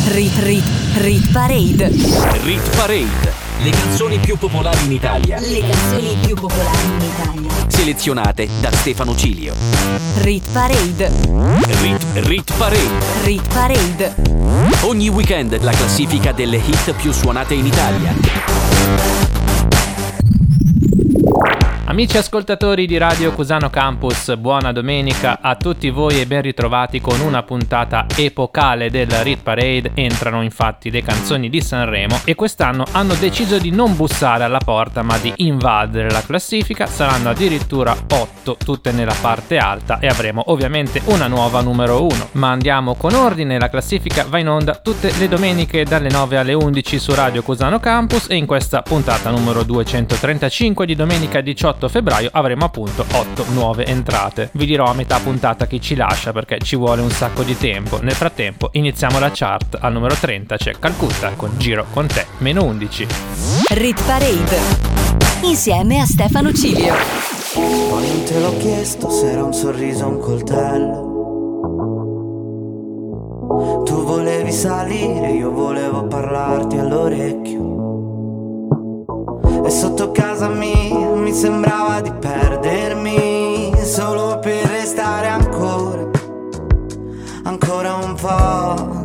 Rit Parade. Rit Parade. Le canzoni più popolari in Italia. Selezionate da Stefano Cilio. Rit Parade. Rit Parade. Rit Parade. Ogni weekend la classifica delle hit più suonate in Italia. Amici ascoltatori di Radio Cusano Campus, buona domenica a tutti voi e ben ritrovati con una puntata epocale della Rit Parade. Entrano infatti le canzoni di Sanremo e quest'anno hanno deciso di non bussare alla porta ma di invadere la classifica. Saranno addirittura 8, tutte nella parte alta, e avremo ovviamente una nuova numero 1. Ma andiamo con ordine, la classifica va in onda tutte le domeniche dalle 9 alle 11 su Radio Cusano Campus, e in questa puntata numero 235 di domenica 18 febbraio avremo appunto 8 nuove entrate. Vi dirò a metà puntata chi ci lascia perché ci vuole un sacco di tempo. Nel frattempo iniziamo la chart. Al numero 30 c'è Calcutta con Giro con te, meno 11. Rit Parade insieme a Stefano Cilio. Poi non te l'ho chiesto se era un sorriso o un coltello. Tu volevi salire, io volevo parlarti all'orecchio. E sotto casa mia mi sembrava di perdermi solo per restare ancora un po'.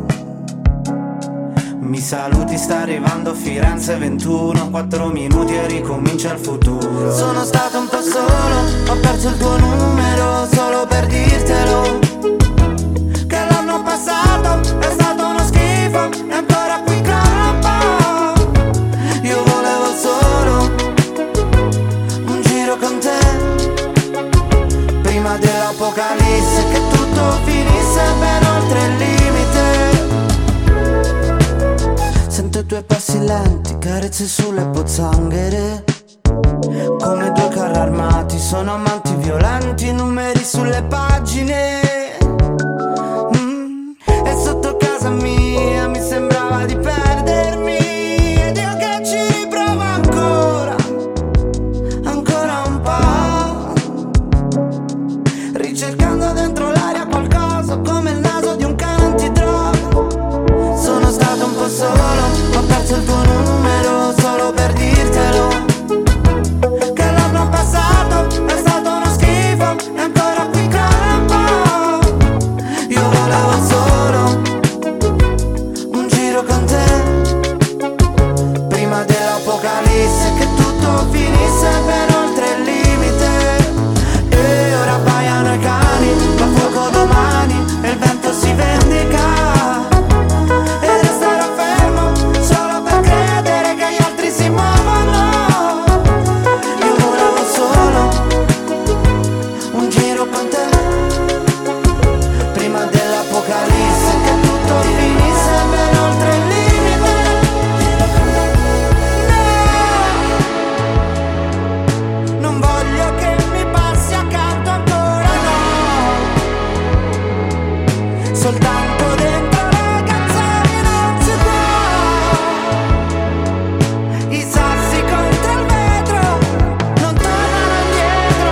Mi saluti, sta arrivando Firenze 21, 4 minuti e ricomincia il futuro. Sono stato un po' solo, ho perso il tuo numero solo per dirtelo, che l'anno passato è stato uno schifo e ancora qui campo. Io volevo solo un giro con te, prima dell'apocalisse, che tutto finisse ben oltre il limite. Sento i tuoi passi lenti, carezze sulle pozzanghere, come due carri armati, sono amanti violenti, numeri sulle pagine. E sotto casa mia mi sembrava di perdermi, ed io che ci riprovo ancora un po', ricercando dentro l'aria qualcosa come il naso di un cane antidroga. Sono stato un po' solo, ho perso il tuo numero solo per dirtelo, che l'anno passato è stato uno schifo e ancora qui campo. Io volevo solo un giro con te, prima dell'apocalisse, che tutto finisse ben oltre il limite. E ora abbaiano i cani, fa fuoco domani e il vento si vendica, e resterò fermo solo per credere che gli altri si muovono. Io volevo solo un giro con te, prima dell'apocalisse, che tutto finisse ben oltre il limite. No, non voglio che mi passi accanto ancora, no, soltanto dentro le canzoni non si può. I sassi contro il vetro non tornano indietro.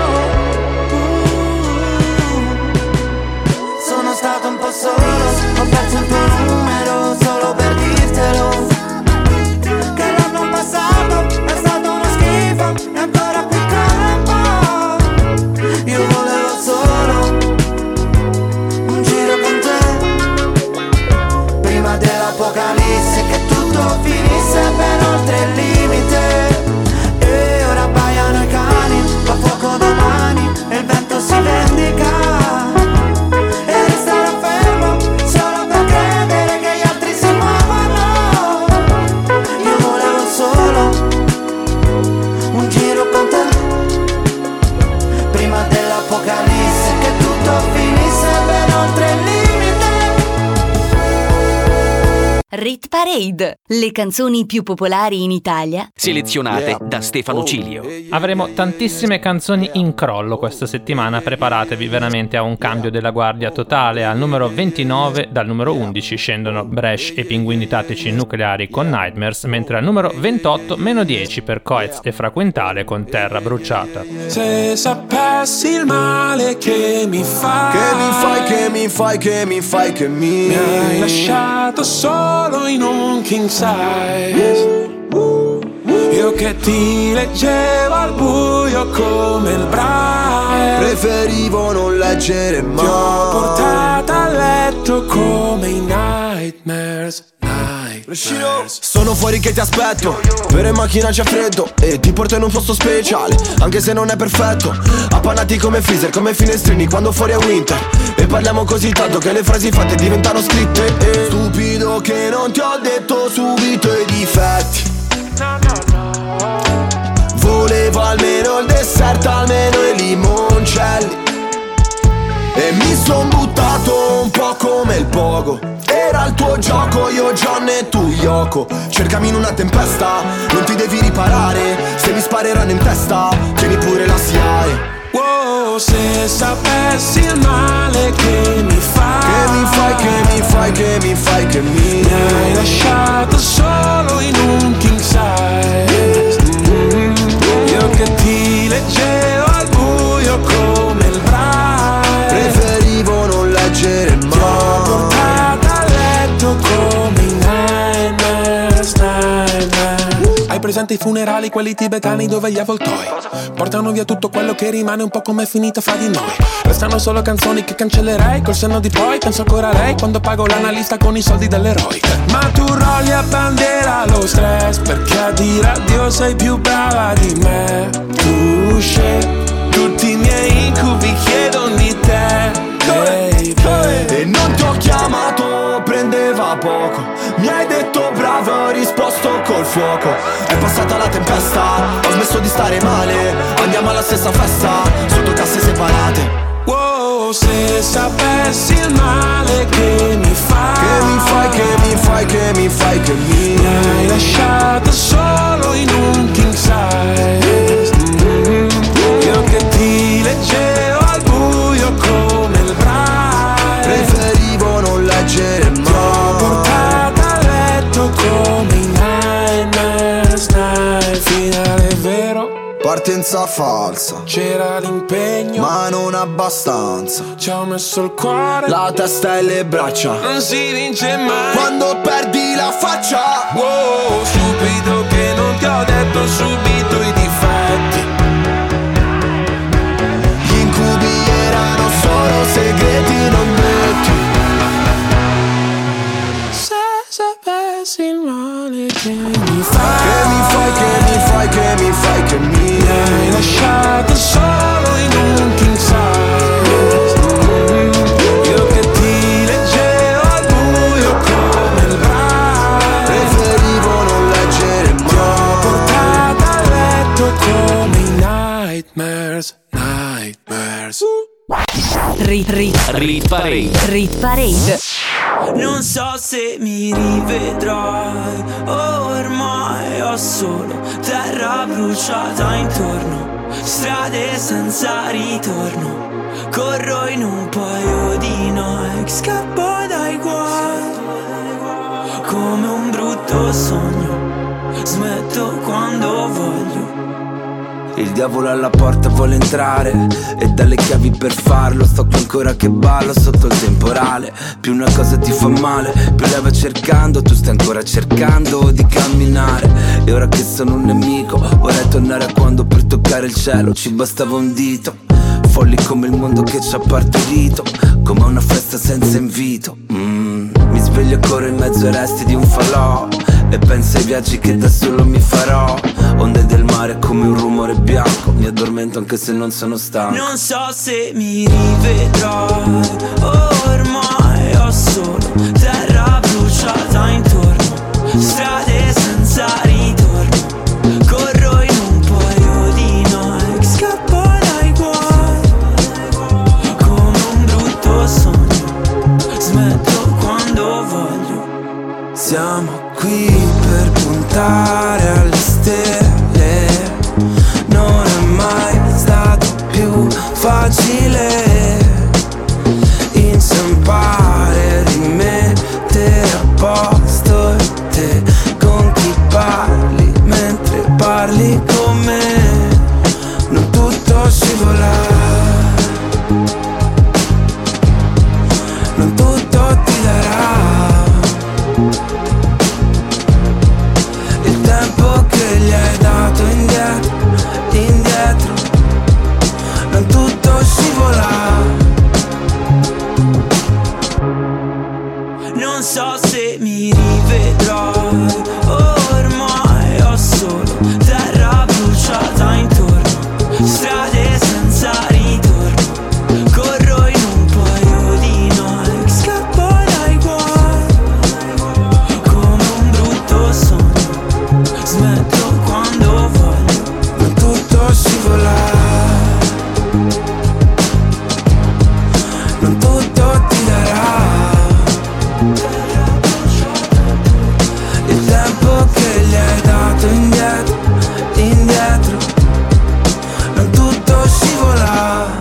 Sono stato un po' solo, ho perso il tuo numero solo per dirtelo, che l'anno passato è stato uno schifo e ancora qui campo. Io volevo solo un giro con te, prima dell'apocalisse, che tutto finisse ben oltre il limite. E ora abbaiano i cani, fa fuoco domani e il vento si vendica, e resterò fermo solo per credere che gli altri si muovono. Io volevo solo un giro con te, prima dell'apocalisse, che tutto finisse ben oltre il limite. Rit Parade, le canzoni più popolari in Italia, selezionate da Stefano Cilio. Avremo tantissime canzoni in crollo questa settimana, preparatevi veramente a un cambio della guardia totale. Al numero 29 dal numero 11 scendono Bresh e Pinguini Tattici Nucleari con Nightmares, mentre al numero 28 meno 10 per Coez e Fraquintale con Terra Bruciata. Se sapessi il male che mi fai, che mi hai lasciato solo in un king size. Io che ti leggevo al buio come il Braille, preferivo non leggere mai. Ti ho portata a letto come i Nightmares. Sono fuori che ti aspetto, per in macchina c'è freddo e ti porto in un posto speciale, anche se non è perfetto. Appannati come freezer, come finestrini quando fuori è winter. E parliamo così tanto che le frasi fatte diventano scritte. Stupido che non ti ho detto subito i difetti. Volevo almeno il dessert, almeno i limoncelli. E mi son buttato un po' come il pogo. Era il tuo gioco, io John e tu Yoko. Cercami in una tempesta, non ti devi riparare. Se mi spareranno in testa, tieni pure la SIAE. Wow, se sapessi il male che mi fai, che mi hai lasciato solo in un king size. Io che ti leggevo al buio come il Braille, preferivo non leggere mai. Ti ho portata a letto come i Nightmares. Hai presente i funerali, quelli tibetani dove gli avvoltoi portano via tutto quello che rimane, un po' come è finita fra di noi. Restano solo canzoni che cancellerei col senno di poi. Penso ancora a lei quando pago l'analista con i soldi dell'eroe. Ma tu rolli a bandiera lo stress, perché a dire addio sei più brava di me. Tu scegli tutti i miei incubi, chiedono di te. E non ti ho chiamato, prendeva poco. Mi hai detto bravo, ho risposto col fuoco. È passata la tempesta, ho smesso di stare male. Andiamo alla stessa festa, sotto casse separate. Wow, se sapessi il male che mi fai, che mi hai lasciato solo in un king size. Io che ti leggevo al buio come il Braille, preferivo non leggere mai. Ti ho portata a letto come i Nightmares. Finale vero, partenza falsa. C'era l'impegno, ma non abbastanza. ci ho messo il cuore, la testa e le braccia. non si vince mai quando perdi la faccia. Wow, stupido che non ti ho detto subito i difetti. Gli incubi erano solo segreti non detti. Se sapessi il male che mi fai, che mi hai lasciato solo in un king size. Io che ti leggevo al buio come il Braille, preferivo non leggere mai. Ti ho portata a letto come i Nightmares. Rit Parade. Non so se mi rivedrai, ormai ho solo terra bruciata intorno, strade senza ritorno, corro in un paio di Nike, scappo dai guai, come un brutto sogno, smetto quando voglio. Il diavolo alla porta vuole entrare e dalle chiavi per farlo. Sto qui ancora che ballo sotto il temporale. Più una cosa ti fa male, più lei va cercando. Tu stai ancora cercando di camminare. E ora che sono un nemico vorrei tornare a quando per toccare il cielo ci bastava un dito. Folli come il mondo che ci ha partorito, come una festa senza invito. Mi sveglio e corro in mezzo ai resti di un falò e penso ai viaggi che da solo mi farò. Onde del mare come un rumore bianco, mi addormento anche se non sono stanco. Non so se mi rivedrai, ormai ho solo terra bruciata intorno, strade senza ritorno, corro in un paio di Nike, scappo dai guai, come un brutto sogno, smetto quando voglio. Siamo qui per puntare alle stelle. Non è mai stato più facile inciampare, rimettere a posto te. Con chi parli mentre parli con me. Non tutto scivola, non tutto ti darà il tempo che gli hai dato indietro, indietro. Non tutto scivola. Non so se mi rivedrai, ormai ho solo terra bruciata intorno, strade senza ritorno. Corro in un paio di Nike, scappo dai guai come un brutto sogno. Smetto quando voglio, non tutto scivola, non tutto ti darà il tempo che gli hai dato indietro, indietro. Non tutto scivola.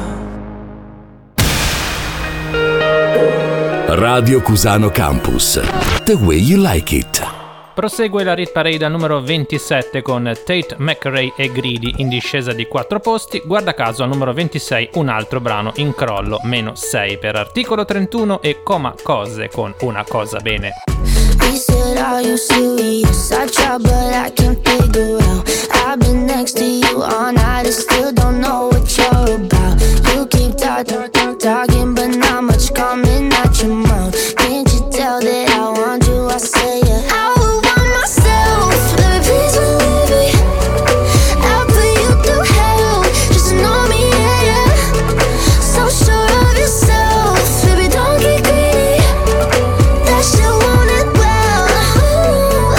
Radio Cusano Campus. The way you like it. Prosegue la Rit Parade al numero 27 con Tate McRae e Greedy in discesa di 4 posti. Guarda caso al numero 26 un altro brano in crollo, meno 6 per Articolo 31 e Coma Cose con Una Cosa Bene. He said, are you serious? I tried but I can't figure out. I've been next to you all night and still don't know what you're about. You keep talking but not much coming out your mouth. Can't you tell that I want you? I say yeah. I would want myself, baby, please believe me. I'll put you through hell, just to know me, yeah, yeah. So sure of yourself, baby, don't get greedy. That shit want it well, ooh,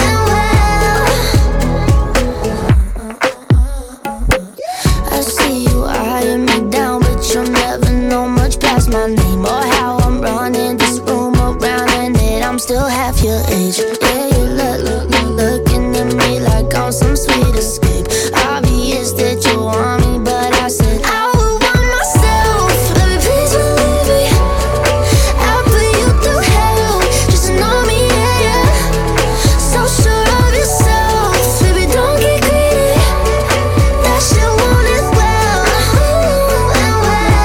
and well. I see you eyeing me down, but you'll never know much past my name or how I'm running this room around, and that I'm still half your age. Yeah, you looking at me like I'm some sweet escape. Obvious that you want me, but I said I would want myself, baby, please believe me. I'll put you through hell, just to know me, yeah, yeah. So sure of yourself, baby, don't get greedy. That shit want it well, ooh, and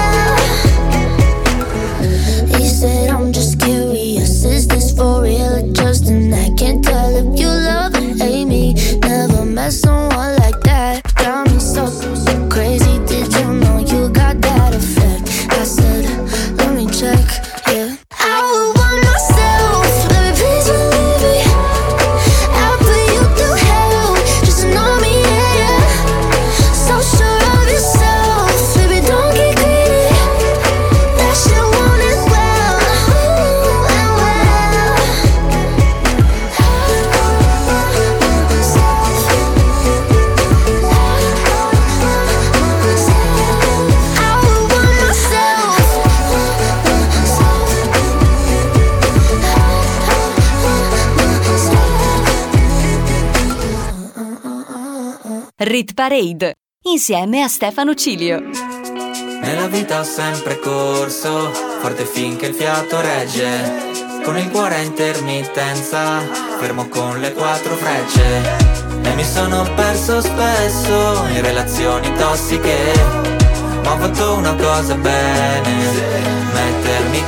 well. He said I'm just curious, is this for real or just an act? Can't tell if you love or hate me. Never met someone like that. Got me so crazy. Did you know you got that effect? I said, let me check, yeah. I would want myself, baby, please believe me. I'll put you through hell, just to know me, yeah, yeah. So sure of yourself, baby, don't get greedy. That shit want it well, ooh, and well. I would want myself. Rit Parade insieme a Stefano Cilio. Nella vita ho sempre corso, forte finché il fiato regge. Con il cuore a intermittenza, fermo con le 4 frecce. E mi sono perso spesso in relazioni tossiche, ma ho fatto una cosa bene: mettermi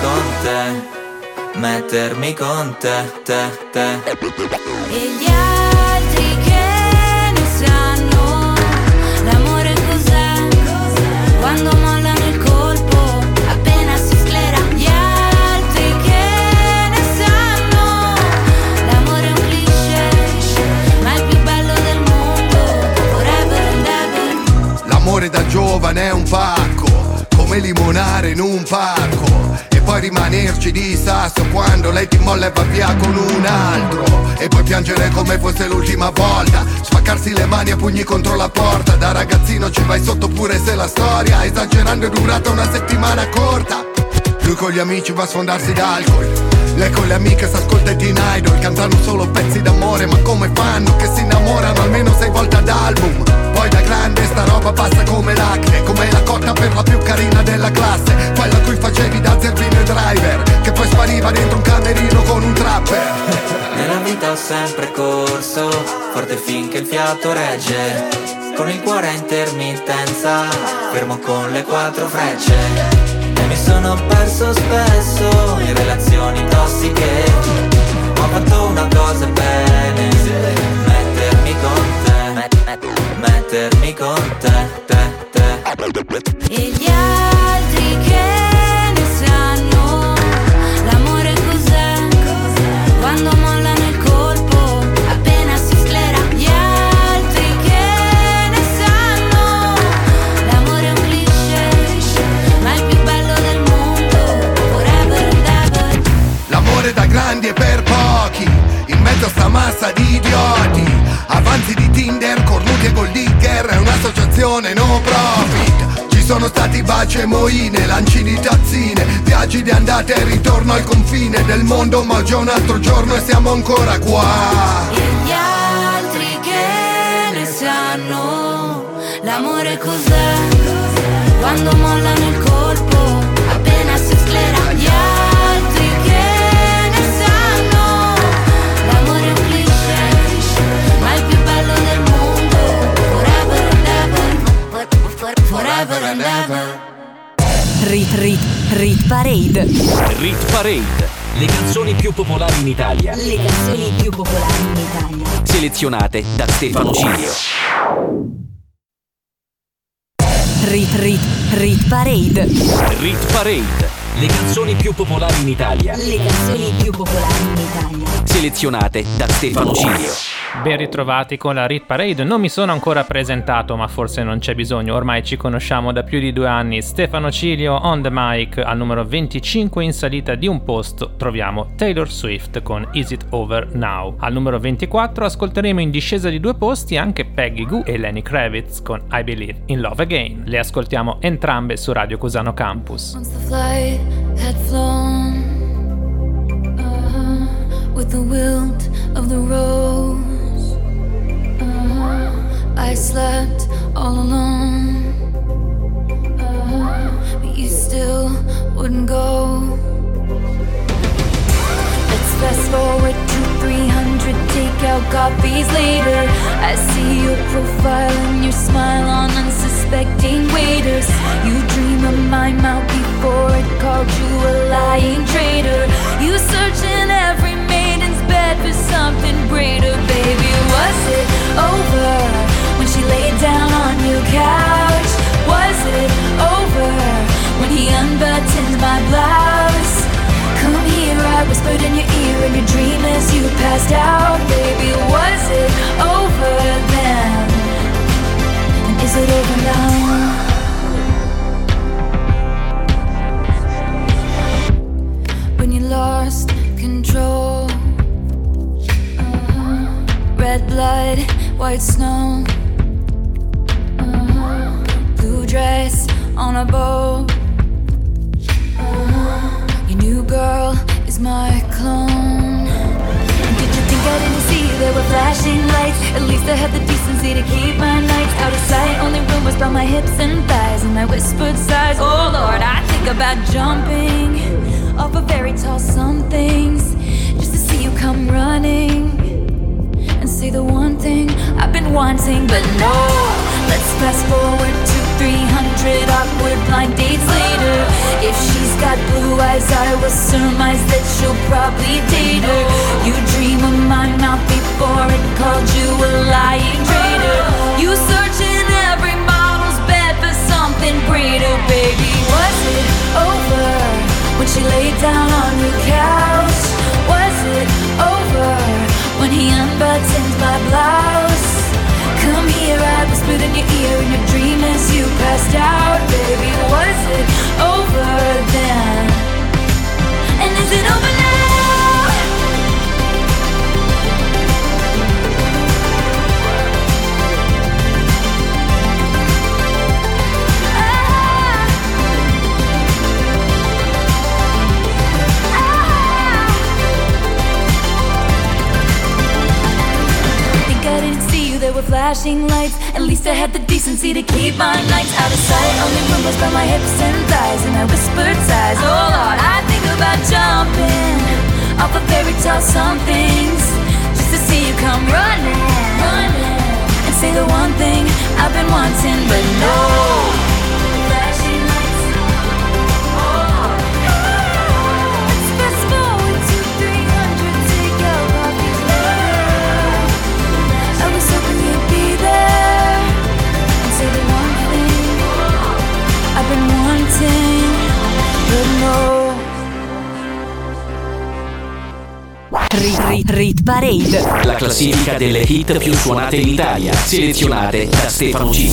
con te, te. E gli altri che ne sanno l'amore cos'è? Quando mollano il colpo, appena si sclera. Gli altri che ne sanno l'amore è un cliché, ma è il più bello del mondo, forever and ever. L'amore da giovane è un pacco, come limonare in un parco, e poi rimanerci di sasso quando lei ti molla e va via con un altro, e poi piangere come fosse l'ultima volta, spaccarsi le mani a pugni contro la porta. Da ragazzino ci vai sotto pure se la storia, esagerando, è durata una settimana corta. Lui con gli amici va a sfondarsi d'alcol, lei con le amiche s'ascolta i Teen Idol, canta usano solo pezzi d'amore, ma come fanno che si innamorano almeno 6 volte ad album? Poi da grande sta roba passa come l'acne, come la cotta per la più carina della classe, quella a cui facevi da zerbino e driver, che poi spariva dentro un camerino con un trapper. Nella vita ho sempre corso, forte finché il fiato regge, con il cuore a intermittenza, fermo con le 4 frecce. E mi sono perso spesso in relazioni tossiche, ho fatto una cosa bene, mettermi con te, mettermi con te. E gli altri che ne sanno, l'amore cos'è, quando mollano il colpo, appena si sclera. Gli altri che ne sanno, l'amore è un cliché, ma il più bello del mondo, forever and ever. L'amore da grandi e per pochi, in mezzo a sta massa di idioti, avanzi di Tinder, cornuti e gold digger, è un'associazione no profit. Ci sono stati baci e moine, lanci di tazzine, viaggi di andata e ritorno al confine del mondo, ma oggi è un altro giorno e siamo ancora qua. E gli altri che ne sanno, l'amore cos'è, quando mollano il colpo, appena si sclera. Gli altri che ne sanno, l'amore è un cliché, ma il più bello del mondo, forever and ever, forever and ever. Rit Parade. Rit Parade. Le canzoni più popolari in Italia. Le canzoni più popolari in Italia. Selezionate da Stefano Cilio. Rit Parade. Rit Parade. Le canzoni più popolari in Italia. Le canzoni più popolari in Italia. Selezionate da Stefano Cilio. Ben ritrovati con la Rit Parade. Non mi sono ancora presentato, ma forse non c'è bisogno, ormai ci conosciamo da più di 2 anni. Stefano Cilio on the mic. Al numero 25 in salita di un posto troviamo Taylor Swift con Is It Over Now. Al numero 24 ascolteremo in discesa di 2 posti anche Peggy Gou e Lenny Kravitz con I Believe in Love Again. Le ascoltiamo entrambe su Radio Cusano Campus. Once the flight had flown, with the wilt of the rose, I slept all alone, but you still wouldn't go. Let's fast forward to 300 takeout coffees later. I see your profile and your smile on unsuspecting waiters. You dream of my mouth before it called you a lying traitor. You search in every maiden's bed for something greater. Baby, was it over when she laid down on your couch? Was it over when he unbuttoned my blouse? Come here, I whispered in your ear in your dream as you passed out. Baby, was it over then? And is it over now? When you lost control, red blood, white snow, blue dress on a boat. Your new girl is my clone. And did you think I didn't see there were flashing lights? At least I had the decency to keep my nights out of sight. Only rumors about my hips and thighs and my whispered sighs. Oh Lord, I think about jumping off of very tall somethings just to see you come running and say the one thing I've been wanting. But no, let's fast forward to 300 awkward blind dates later. If she's got blue eyes, I will surmise that she'll probably date her. You dream of my mouth before it called you a lying traitor. You search in every model's bed for something greater. Baby, was it over when she laid down on your couch? Was it over when he unbuttoned my blouse? Come here, I whispered in your ear in your dream as you passed out. Baby, was it over then? And is it over now? there were flashing lights. At least I had the decency to keep my nights out of sight. Only rumors by my hips and thighs, and I whispered sighs. Oh Lord, I think about jumping off a fairy tale somethings, just to see you come running, and say the one thing I've been wanting, but no. Rit Parade, la classifica delle hit più suonate in Italia, selezionate da Stefano G.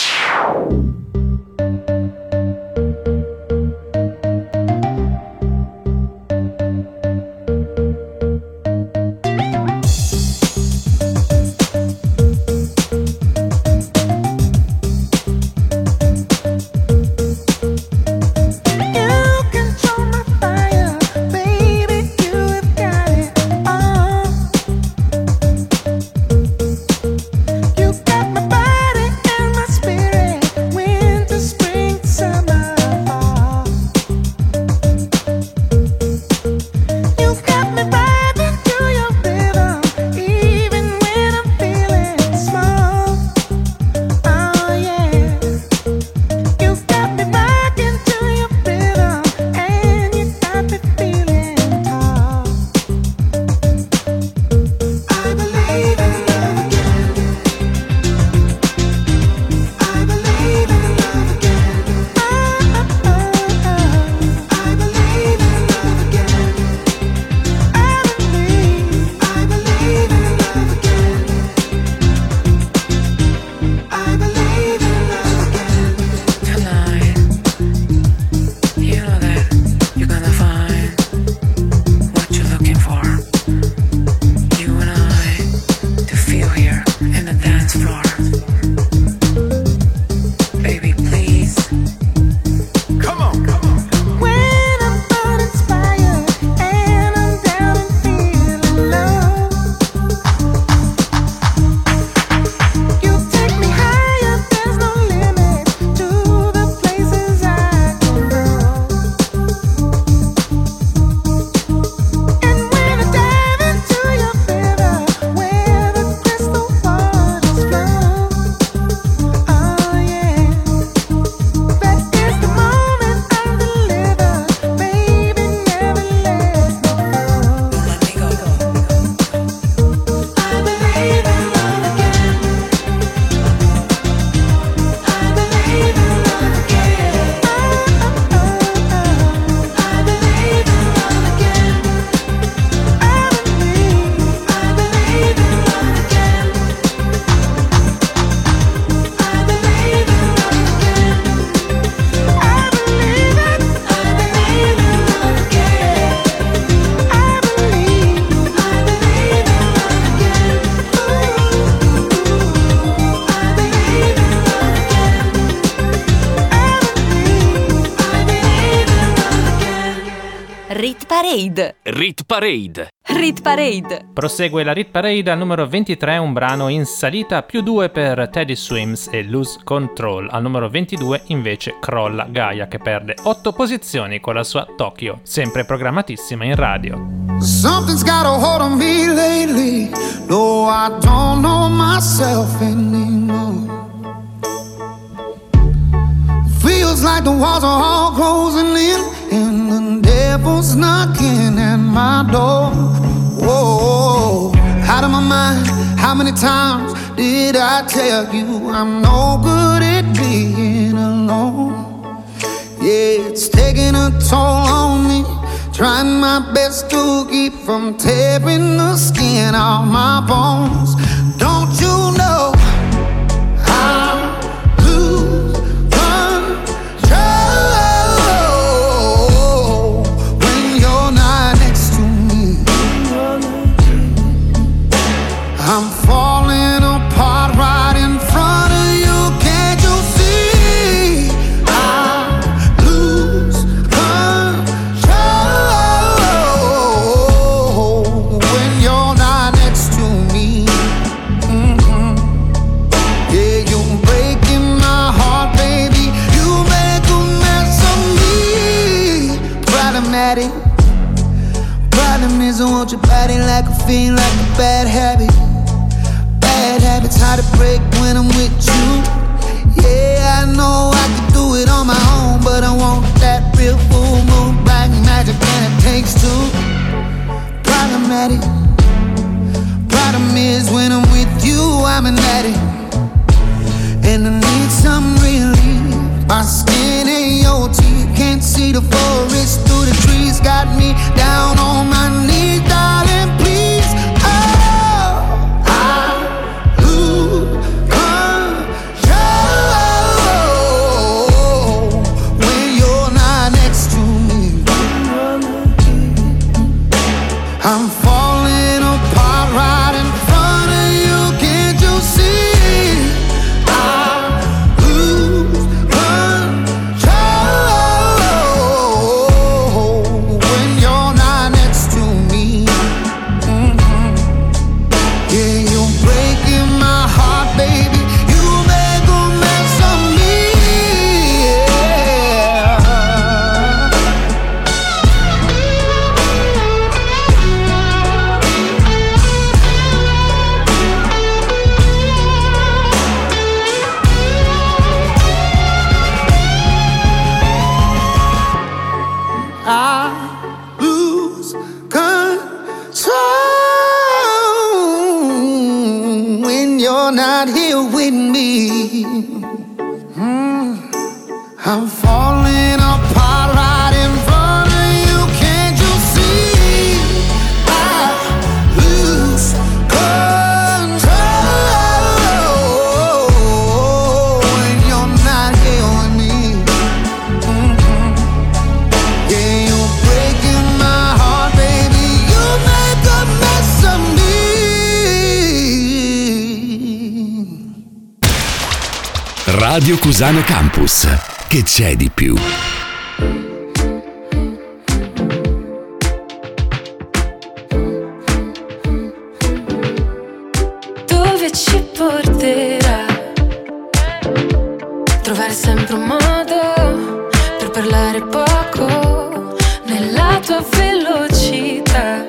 Rit Parade. Rit Parade. Prosegue la Rit Parade al numero 23, un brano in salita, +2 per Teddy Swims e Lose Control. Al numero 22 invece crolla Gaia, che perde 8 posizioni con la sua Tokyo, sempre programmatissima in radio. Something's got a hold on me lately. No, I don't know myself anymore. Feels like the walls are all closing in and the devil's knocking at my door. Whoa, out of my mind, how many times did I tell you I'm no good at being alone? Yeah, it's taking a toll on me, trying my best to keep from tearing the skin off my bones. Don't you know I lose control when you're not next to me? I'm falling apart right in front of you. Can't you see? I lose control when you're not next to me. bad habit. Bad habits hard to break when I'm with you. Yeah, I know I can do it on my own, but I want that real full moon, black magic, and it takes two. Problematic. Problem is when I'm with you, I'm an addict, and I need some relief. My skin ain't your teeth, can't see the forest through the trees. Got me down on my knees, darling, please. Oh, I lose control when you're not next to me. I'm falling apart right in front of you, can't you see? I lose control when you're not next to me. Yeah, you're breaking my heart, baby. You make a mess of me. Yeah. I lose control when you're not here with me. I'm falling apart right in front of you, can't you see? I lose control when you're not here with me. Yeah, you're breaking my heart, baby. You make a mess of me. Radio Cusano Campus. Che c'è di più? Dove ci porterà? Trovare sempre un modo per parlare poco nella tua velocità.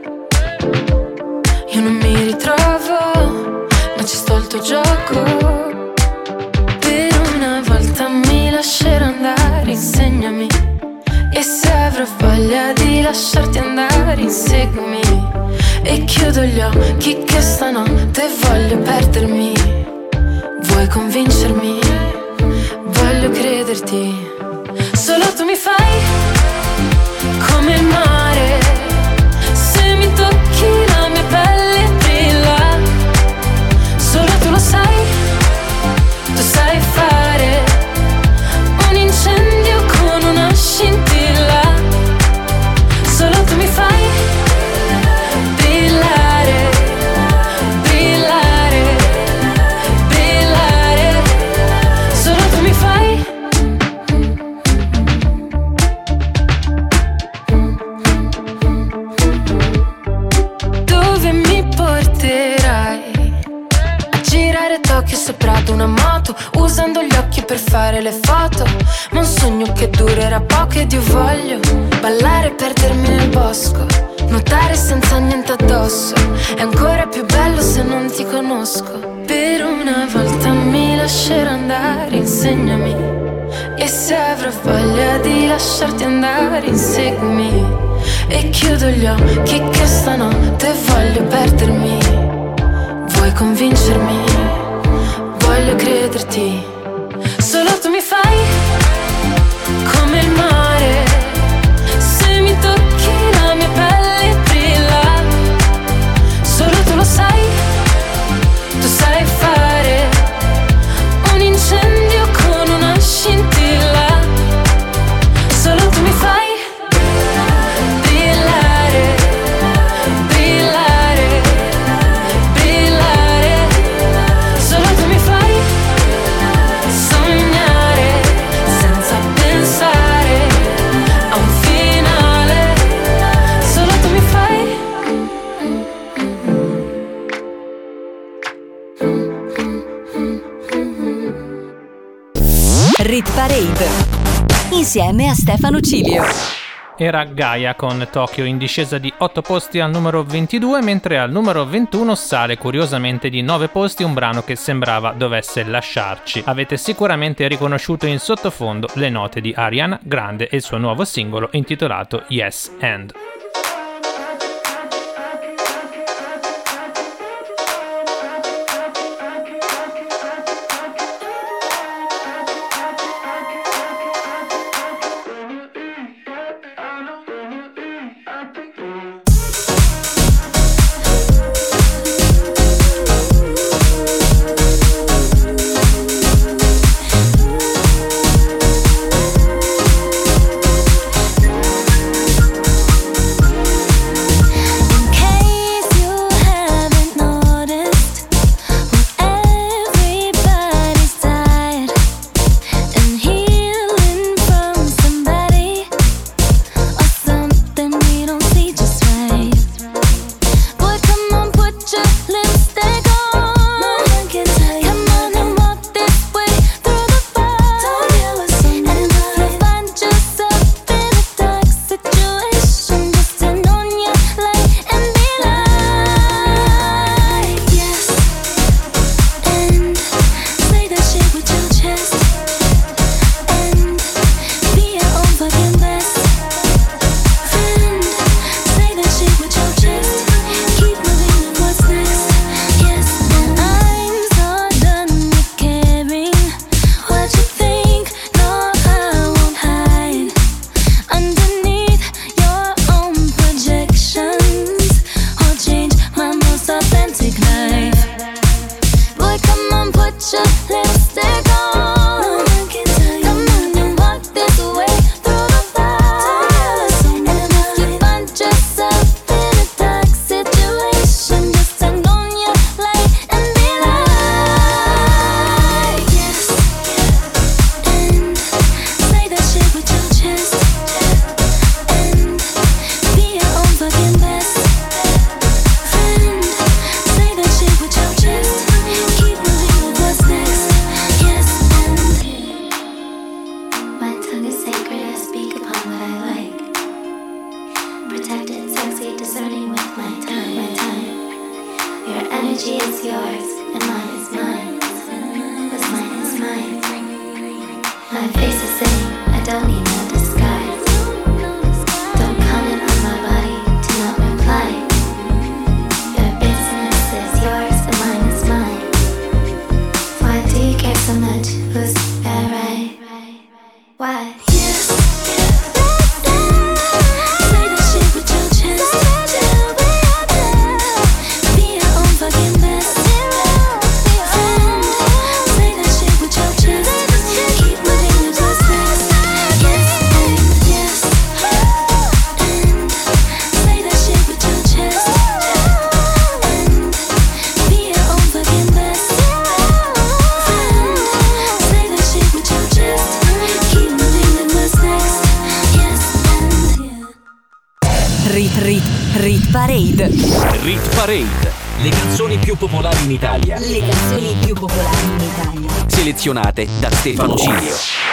Io non mi ritrovo, ma ci sto al tuo gioco. Per una volta mi lascerò andare, insegnami. E se avrò voglia di lasciarti andare, inseguimi. E chiudo gli occhi che stanotte voglio perdermi. Vuoi convincermi? Voglio crederti. Solo tu mi fai come il mare. Se mi tocchi la mia pelle brilla. Solo tu lo sai. Tu sai fare un incendio con una scintilla. Solo tu mi fai brillare, brillare, brillare. Solo tu mi fai. Dove mi porterai? A girare Tokyo sopra ad una moto, usando gli occhi per fare le foto. Ma un sogno che durerà poco ed io voglio ballare e perdermi nel bosco, nuotare senza niente addosso. È ancora più bello se non ti conosco. Per una volta mi lascerò andare, insegnami. E se avrò voglia di lasciarti andare, inseguimi. E chiudo gli occhi che stanotte voglio perdermi. Vuoi convincermi? Voglio crederti. Solo tu mi fai come il mare. Se mi tocchi la mia pelle brilla. Solo tu lo sai. Tu sai fare un incendio con una scintilla. Solo tu mi fai brillare, brillare, brillare. Solo tu mi fai sognare senza pensare a un finale. Solo tu mi fai. Rit Parade insieme a Stefano Cilio. era Gaia con Tokyo, in discesa di 8 posti al numero 22, mentre al numero 21 sale curiosamente di 9 posti un brano che sembrava dovesse lasciarci. Avete sicuramente riconosciuto in sottofondo le note di Ariana Grande e il suo nuovo singolo intitolato Yes and. Rit Parade. Rit Parade. Le canzoni più popolari in Italia. Le canzoni più popolari in Italia. Selezionate da Stefano Cilio.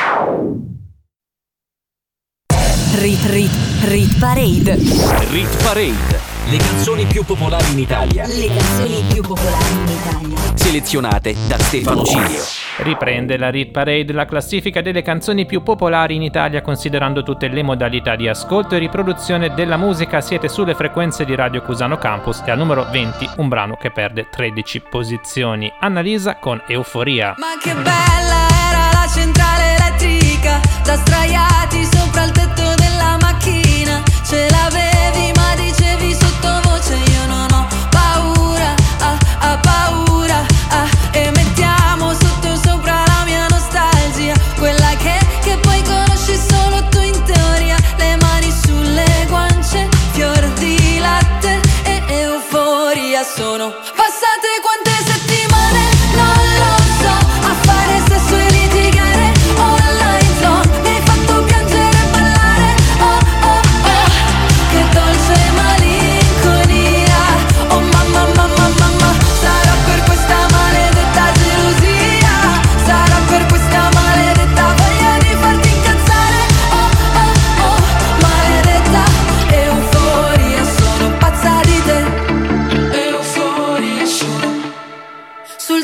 Rit Parade. Rit Parade. Le canzoni più popolari in Italia. Le canzoni più popolari in Italia. Selezionate da Stefano Cilio. Riprende la Rit Parade la classifica delle canzoni più popolari in Italia considerando tutte le modalità di ascolto e riproduzione della musica. Siete sulle frequenze di Radio Cusano Campus e al numero 20 un brano che perde 13 posizioni. Annalisa con Euforia. Ma che bella era la centrale elettrica, da sdraiati sopra il tetto della macchina. Ce l'avevi ma dicevi sottovoce io non ho paura, paura, e mettiamo sotto sopra la mia nostalgia, quella che poi conosci solo tu in teoria. Le mani sulle guance, fior di latte e euforia. Sono passate quante settimane, non lo so, a fare sesso e litigare online zone. Mi hai fatto piangere e ballare, oh oh oh, che dolce malinconia. Oh mamma mamma mamma, sarà per questa maledetta gelosia, sarà per questa maledetta voglia di farti incazzare, oh oh oh, maledetta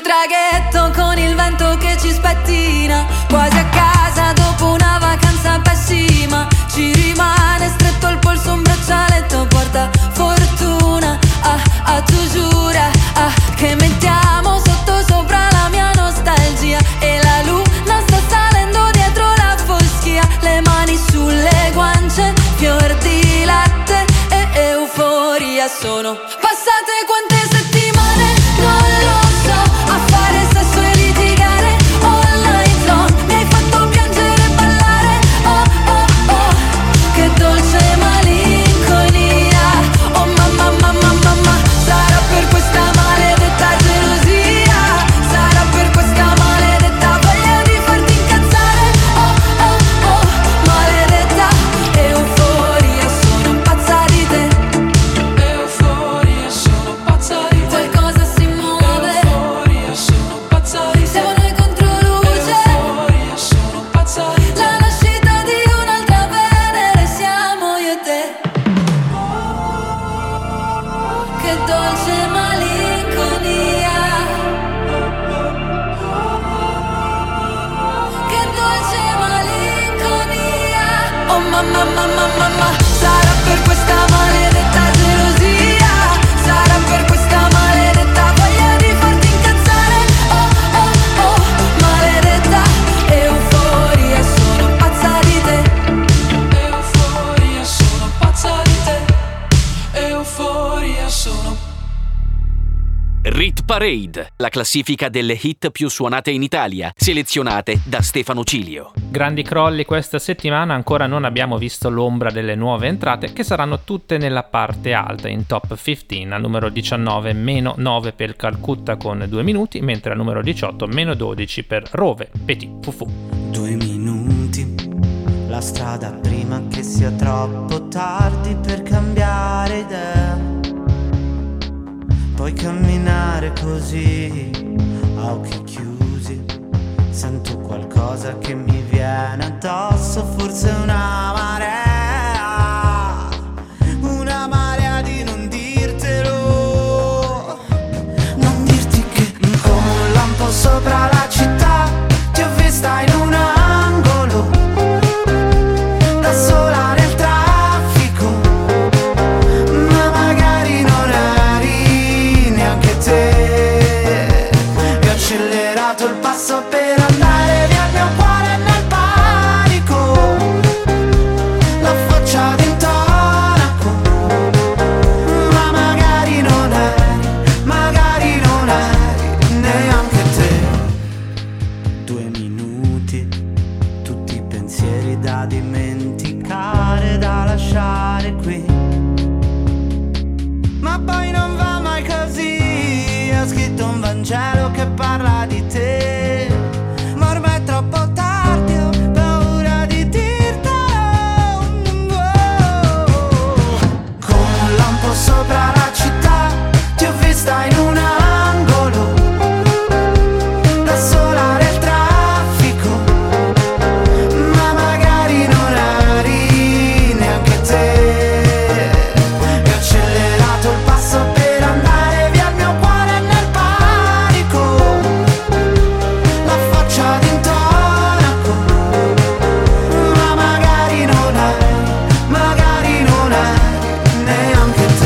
traghetto con il vento che ci spettina, quasi a casa dopo una vacanza pessima. Ci rimane stretto al polso un braccialetto porta fortuna. Tu giura che mettiamo sotto sopra la mia nostalgia, e la luna sta salendo dietro la foschia. Le mani sulle guance, fior di latte e euforia. Sono passate quante settimane, non lo so, a fare sesso e litigare all night long. Mi hai fatto piangere e ballare, oh oh oh, che dolce malinconia. Oh mamma mamma mamma, sarà per questa maledetta gelosia, sarà per questa maledetta voglia di farti incazzare, oh oh oh, maledetta euforia. Sono pazza di te, euforia, sono pazza di te. Qualcosa si muove, euforia, sono pazza di te. Siamo noi contro luce, euforia, sono pazza di te. La nascita di un'altra Venere siamo io e te. Che dolce malinconia, che dolce malinconia. Oh mamma mamma mamma, sarà per questa maledetta gelosia, sarà per questa maledetta voglia di farti incazzare, oh oh oh, maledetta euforia. Sono pazza di te, euforia, sono pazza di te, euforia, sono. Rit Parade, la classifica delle hit più suonate in Italia, selezionate da Stefano Cilio. Grandi crolli questa settimana, ancora non abbiamo visto l'ombra delle nuove entrate, che saranno tutte nella parte alta, in top 15. Al numero 19 meno 9 per Calcutta con 2 minuti, mentre al numero 18 meno 12 per Rove, Petit Fufu. 2 minuti, la strada prima che sia troppo tardi per cambiare idea. Puoi camminare così, a occhi chiusi. Sento qualcosa che mi viene addosso, forse una marea di non dirtelo. Non dirti che come un lampo sopra la città ti ho vista in un angolo, da sola nel traffico, ma magari non eri neanche te. E ho accelerato il passo per andare via, il mio cuore nel panico, la faccia d'intonaco, ma magari non eri neanche te. 2 minuti, tutti i pensieri da dimenticare, da lasciare qui. Ma poi non va mai così, ho scritto un Vangelo che parla di te, ma ormai è troppo tardi, ho paura di dirtelo. Come un lampo sopra la città ti ho vista in un angolo, da sola nel traffico, ma magari non eri neanche te. E ho accelerato il passo per andare via, il mio cuore nel panico, la faccia d'intonaco, ma magari non eri neanche te.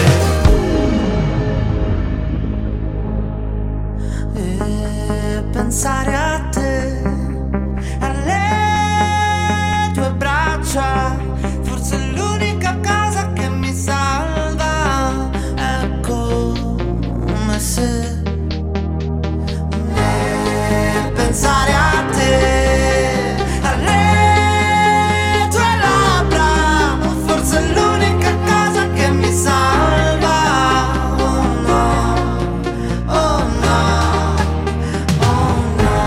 E pensare a te, alle tue braccia, forse è l'unica cosa che mi salva. È come se pensare a te, alle tue labbra, forse è l'unica cosa che mi salva. Oh no, oh no, oh no.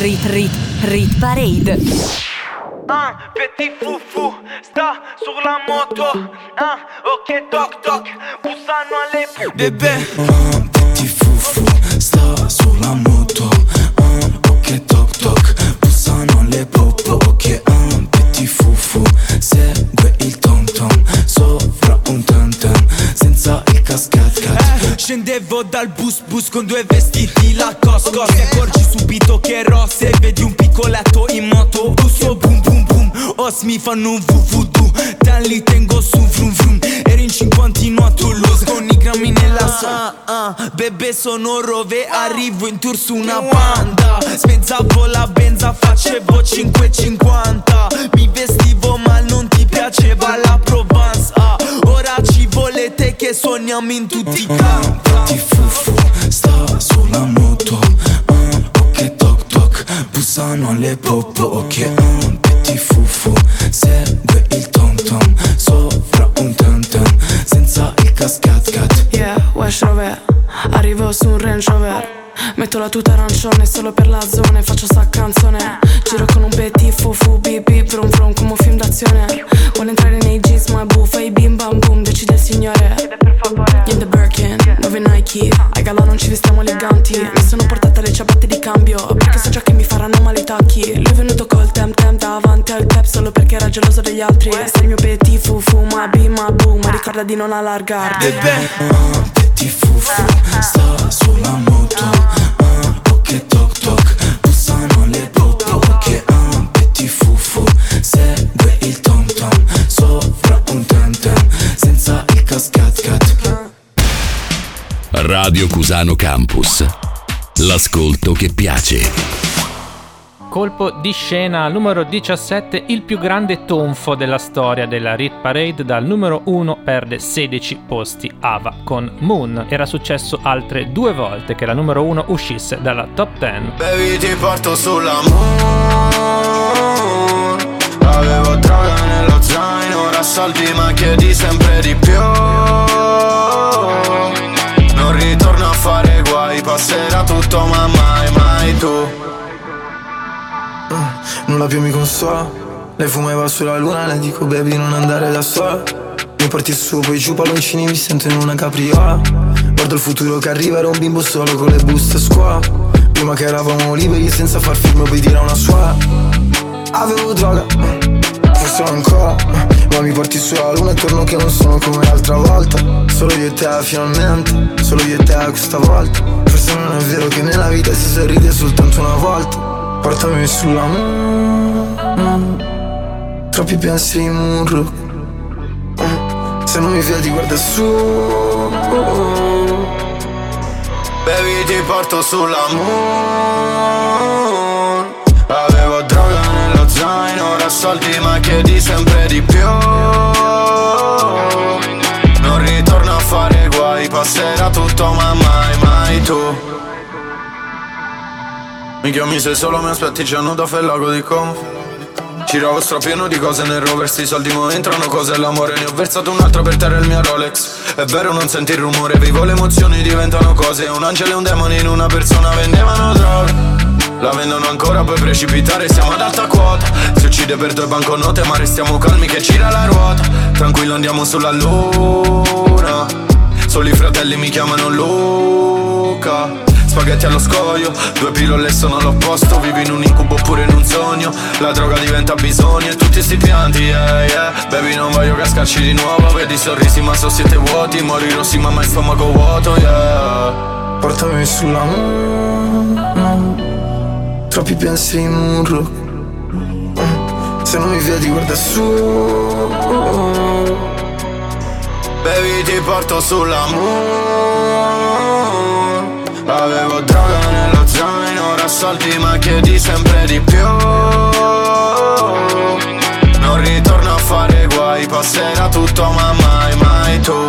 Rit Parade. Petit fufu, sta sulla moto. Ok, toc toc, bussano alle bebè. Petit fufu, sta sulla moto. Ok, toc toc, bussano alle popo. Ok, petit fufu, segue il tom tom sopra un tam tam, senza il cascat. Scendevo dal bus con due vestiti Lacoste. Ti accorgi subito che ero, se vedi un piccoletto in moto. Busso boom boom boom, os mi fanno un vuvudu. Te li tengo su vrum vrum. Ero in 51 a Toulouse con i grammi nella bebè sono Rove, arrivo in tour su una banda. Spezzavo la benza, facevo 5,50. Mi vestivo ma non ti piaceva la Provence. Ora ci volete che suoniamo in tutti i campi. Petit fufu, sta sulla moto. Ok, toc toc, bussano alle popo. Ok, petit fufu, segue il tom tom sopra un tam tam, senza il cascat. Yeah, Wesh Rover, arrivo su un Range Rover. Metto la tuta arancione solo per la zona e faccio sta canzone. Giro con un petit fufu, bip bip vrum vrum come un film d'azione. Vuole entrare nei jeans ma buffa i bim bam boom, decide il signore. In the Birkin, 9 Nike. Ai gala non ci vestiamo eleganti. Mi sono portata le ciabatte di cambio perché so già che mi faranno male i tacchi. Lui è venuto col tem tem davanti al tap solo perché era geloso degli altri. Sei il mio petit fufu ma bim ma boom, ma ricorda di non allargarti. Petit fufu, sta sulla moto. Ok, toc toc, bussano le popo. Ok, petit fufu, segue il tom tom sopra un tam tam, senza il cascat. Radio Cusano Campus, l'ascolto che piace. Colpo di scena numero 17, il più grande tonfo della storia della Rit Parade. Dal numero 1 perde 16 posti Ava con Moon. Era successo altre 2 volte che la numero 1 uscisse dalla top 10. Baby, ti porto sulla moon. Avevo droga nello zaino, ora soldi ma chiedi sempre di più. Non ritorno a fare guai, passerà tutto ma mai tu. Nulla più mi consola. Lei fumava sulla luna, le dico baby non andare da sola. Mi porti su, poi giù palloncini, mi sento in una capriola. Guardo il futuro che arriva, ero un bimbo solo con le buste a scuola. Prima che eravamo liberi senza far film, poi dire una suola. Avevo droga, forse ancora, ma mi porti sulla luna e torno che non sono come l'altra volta. Solo io e te finalmente, solo io e te questa volta. Forse non è vero che nella vita si sorride soltanto una volta. Portami sulla moon, troppi pensieri in un se non mi vedi guarda su. Baby, ti porto sulla moon. Avevo droga nello zaino, ora soldi ma chiedi sempre di più. Non ritorno a fare guai, passerà tutto ma mai tu. Mi chiami se solo mi aspetti, già nudo fai il lago di conf. Giravo strapieno di cose nel rover, sti soldi mo entrano cose l'amore. Ne ho versato un altro per terra il mio Rolex. È vero non senti il rumore, vivo le emozioni diventano cose. Un angelo e un demone in una persona, vendevano droga. La vendono ancora poi precipitare, siamo ad alta quota. Si uccide per 2 banconote ma restiamo calmi che gira la ruota. Tranquillo andiamo sulla luna. Solo i fratelli mi chiamano Luca. Spaghetti allo scoglio, 2 pillole sono l'opposto. Vivi in un incubo oppure in un sogno. La droga diventa bisogno e tutti sti pianti, yeah. Baby non voglio cascarci di nuovo. Vedi sorrisi ma so siete vuoti. Morirò sì ma mai stomaco vuoto, yeah. Portami sulla moon, troppi pensieri in un se non mi vedi guarda su. Baby ti porto sulla moon. Avevo droga nello zaino, ora soldi ma chiedi sempre di più. Non ritorno a fare guai, passerà tutto ma mai tu.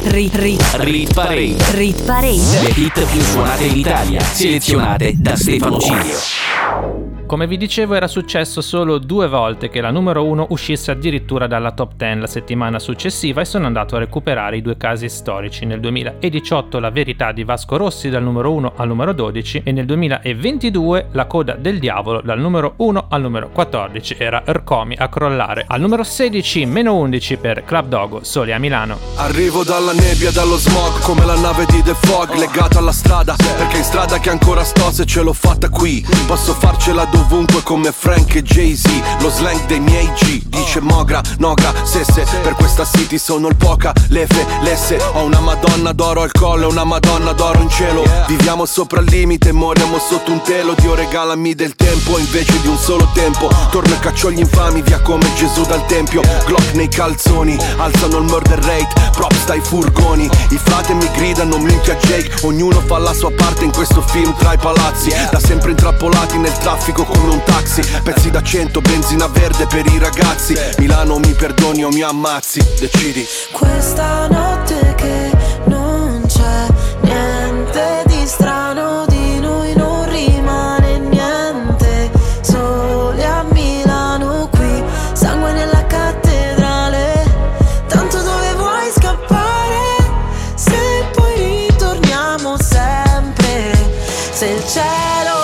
Rit Parade. Rit Parade. Le hit più suonate in Italia, selezionate da Stefano Cilio. Come vi dicevo, era successo solo 2 volte che la numero 1 uscisse addirittura dalla top 10 la settimana successiva e sono andato a recuperare i 2 casi storici. Nel 2018 La verità di Vasco Rossi dal numero 1 al numero 12 e nel 2022 La coda del diavolo dal numero 1 al numero 14 era Ercomi a crollare. Al numero 16 meno 11 per Club Dogo, Soli a Milano. Arrivo dalla nebbia, dallo smog, come la nave di The Fog, legata alla strada, perché in strada che ancora sto, se ce l'ho fatta qui, posso farcela dovunque come Frank e Jay-Z. Lo slang dei miei G dice mogra, nogra, sesse, per questa city sono il poca, lefe, lesse. Ho una madonna d'oro al collo e una madonna d'oro in cielo. Viviamo sopra il limite, moriamo sotto un telo. Dio regalami del tempo invece di un solo tempo. Torno e caccio gli infami via come Gesù dal tempio. Glock nei calzoni, alzano il murder rate, props dai furgoni. I frate mi gridano minchia Jake, ognuno fa la sua parte in questo film tra i palazzi. Da sempre intrappolati nel traffico come un taxi, pezzi da 100, benzina verde per i ragazzi. Milano mi perdoni o mi ammazzi, decidi. Questa notte che non c'è niente di strano, di noi non rimane niente. Soli a Milano qui, sangue nella cattedrale. Tanto dove vuoi scappare, se poi ritorniamo sempre. Se il cielo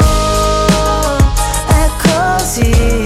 è così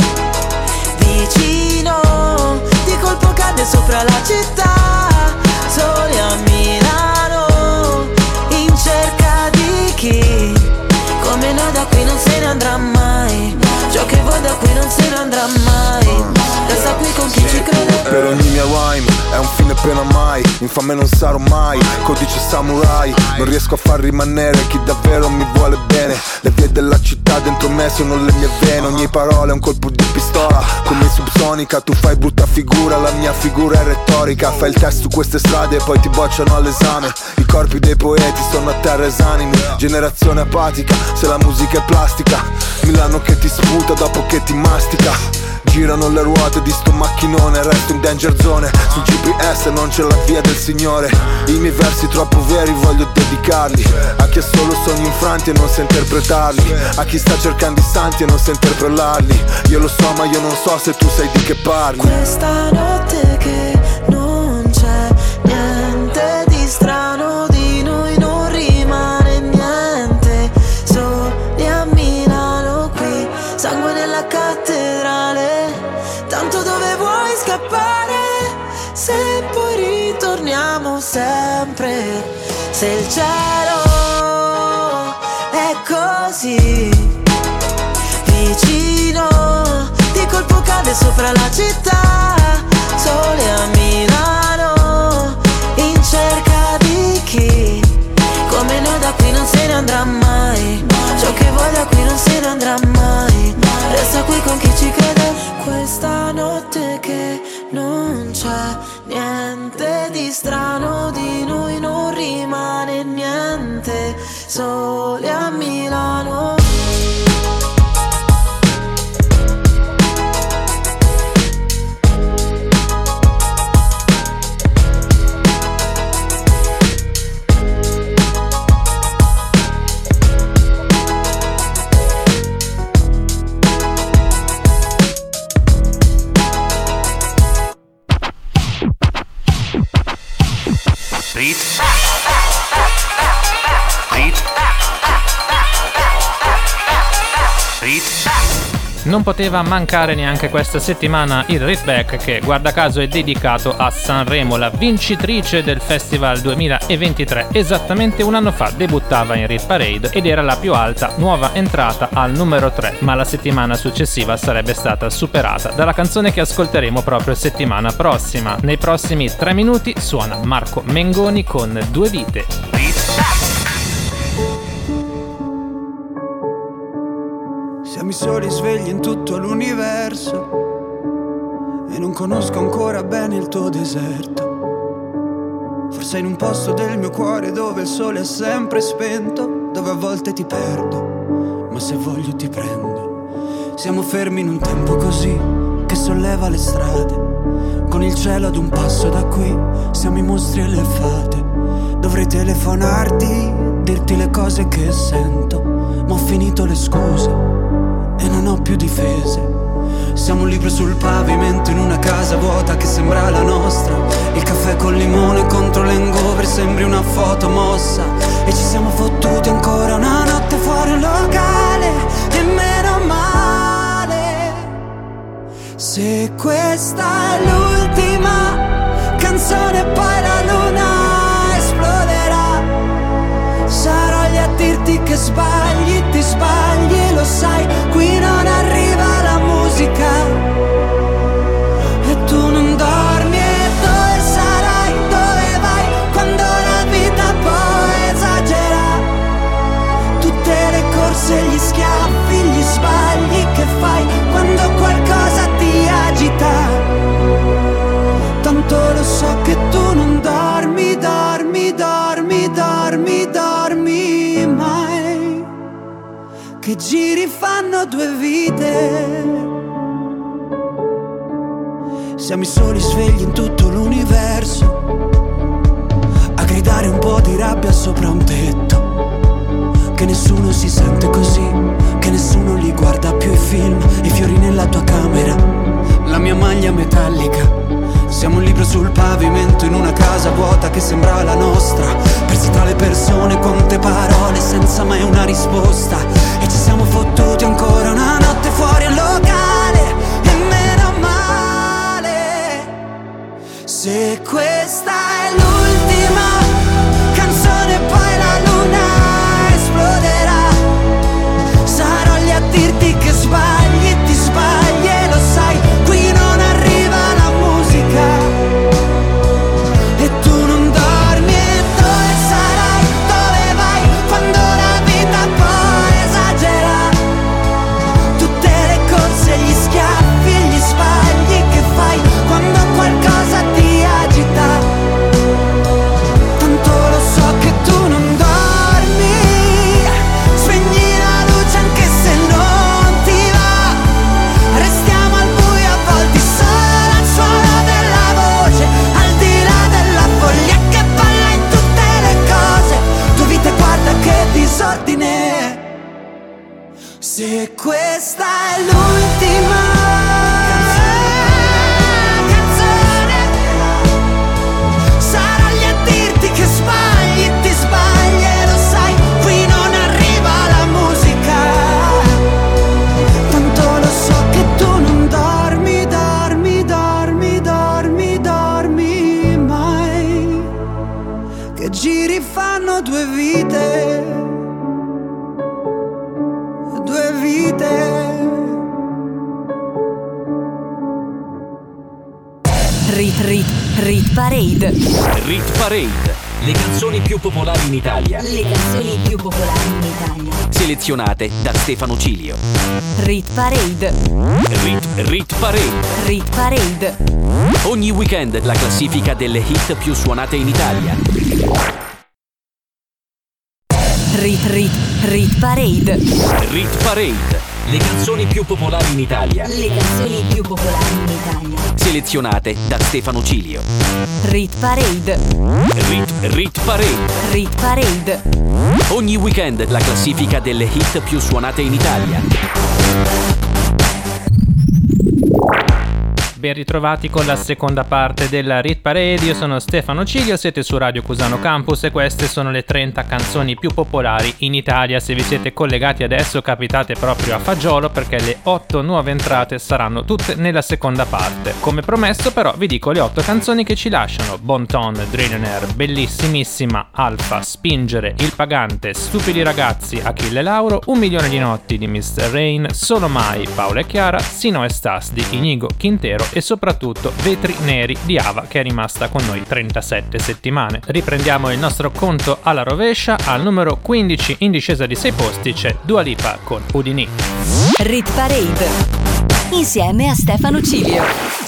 vicino, di colpo cade sopra la città. Soli a Milano, in cerca di chi come noi da qui non se ne andrà mai. Ciò che vuoi da qui non se ne andrà mai. Resta qui con chi ci crede. Per ogni mia rhyme è un fine pena mai. Infame non sarò mai, codice samurai. Non riesco a far rimanere chi davvero mi vuole bene. Le vie della città dentro me sono le mie vene. Ogni parola è un colpo di pistola, come subsonica. Tu fai brutta figura, la mia figura è retorica. Fai il test su queste strade e poi ti bocciano all'esame. I corpi dei poeti sono a terra esanimi. Generazione apatica, se la musica è plastica. Milano che ti sputa dopo che ti mastica. Girano le ruote di sto macchinone, resto in danger zone. Sul GPS non c'è la via del Signore. I miei versi troppo veri voglio dedicarli a chi ha solo sogni infranti e non sa interpretarli, a chi sta cercando i santi e non sa interpellarli. Io lo so ma io non so se tu sai di che parli. Questa notte che non c'è niente di strano, di noi non rimane niente. Soli a Milano qui, sangue nella cattedrale. Tanto dove vuoi scappare, se poi ritorniamo sempre. Se il cielo è così vicino, di colpo cade sopra la città. Soli a Milano, in cerca di chi come noi da qui non se ne andrà mai. Ciò che vuoi da qui non se ne andrà mai. Resta qui con chi ci crede. Questa notte che non c'è niente di strano, di noi non rimane niente. Soli a Milano. Non poteva mancare neanche questa settimana il Rit Back, che guarda caso è dedicato a Sanremo, la vincitrice del Festival 2023. Esattamente un anno fa debuttava in Rit Parade ed era la più alta nuova entrata al numero 3, ma la settimana successiva sarebbe stata superata dalla canzone che ascolteremo proprio settimana prossima. Nei prossimi 3 minuti suona Marco Mengoni con Due vite. Siamo i soli svegli in tutto l'universo e non conosco ancora bene il tuo deserto. Forse in un posto del mio cuore dove il sole è sempre spento, dove a volte ti perdo, ma se voglio ti prendo. Siamo fermi in un tempo così che solleva le strade, con il cielo ad un passo da qui. Siamo i mostri e le fate. Dovrei telefonarti, dirti le cose che sento, ma ho finito le scuse e non ho più difese. Siamo un libro sul pavimento in una casa vuota che sembra la nostra. Il caffè col limone contro l'hangover sembri una foto mossa. E ci siamo fottuti ancora una notte fuori un locale. E meno male. Se questa è l'ultima canzone poi la luna esploderà. Sarò lì a dirti che sbagli, ti sbagli, lo sai. Qui non arriva la musica e tu non dormi. E dove sarai, dove vai, quando la vita poi esagera? Tutte le corse, gli schiaffi, gli sbagli che fai quando qualcosa ti agita. Tanto lo so che tu non dormi, dormi, dormi, dormi, dormi mai. Che giri fanno due vite. Siamo i soli svegli in tutto l'universo, a gridare un po' di rabbia sopra un tetto. Che nessuno si sente così, che nessuno li guarda più i film. I fiori nella tua camera, la mia maglia metallica. Siamo un libro sul pavimento in una casa vuota che sembra la nostra. Persi tra le persone, quante parole senza mai una risposta. E ci siamo fottuti ancora una notte fuori al locale. E meno male. Se questa è l'ultima canzone poi la luna esploderà. Sarò lì a dirti che sbagli, ti sbagli e lo sai. Qui non arriva la musica e tu non dormi. E dove sarai, dove vai, quando la vita poi esagera? Tutte le corse, gli schiaffi, gli sbagli che fai quando qualcosa ti agita. Tanto lo so che tu non dormi. Spegni la luce anche se non ti va. Restiamo al buio a volte solo al suono della voce, al di là della foglia che balla in tutte le cose. Tua vita guarda che disordine. Se questa è l'ultima canzone, sarò lì a dirti che sbagli, ti sbagli e lo sai. Qui non arriva la musica. Tanto lo so che tu non dormi, dormi, dormi, dormi, dormi mai. Che giri fanno due vite, due vite. Rit Parade. Rit Parade. Le canzoni più popolari in Italia. Le canzoni più popolari in Italia. Selezionate da Stefano Cilio. Rit Parade. Rit Parade. Rit Parade. Ogni weekend la classifica delle hit più suonate in Italia. Rit Parade. Rit Parade. Le canzoni più popolari in Italia. Le canzoni più popolari in Italia. Selezionate da Stefano Cilio. Rit Parade. Rit Parade. Rit Parade. Ogni weekend la classifica delle hit più suonate in Italia. Ben ritrovati con la seconda parte della Rit Parade. Io sono Stefano Cilio, siete su Radio Cusano Campus e queste sono le 30 canzoni più popolari in Italia. Se vi siete collegati adesso capitate proprio a fagiolo perché le 8 nuove entrate saranno tutte nella seconda parte. Come promesso però vi dico le 8 canzoni che ci lasciano: Bon Ton, Drillionaire, Bellissimissima, Alfa, Spingere, Il Pagante, Stupidi Ragazzi, Achille Lauro, 1 milione di notti di Mr. Rain, Solo Mai, Paola e Chiara, Sino e Stas di Inigo Quintero e soprattutto Vetri Neri di Ava, che è rimasta con noi 37 settimane. Riprendiamo il nostro conto alla rovescia. Al numero 15 in discesa di 6 posti c'è Dua Lipa con Udini. Rit Parade insieme a Stefano Cilio.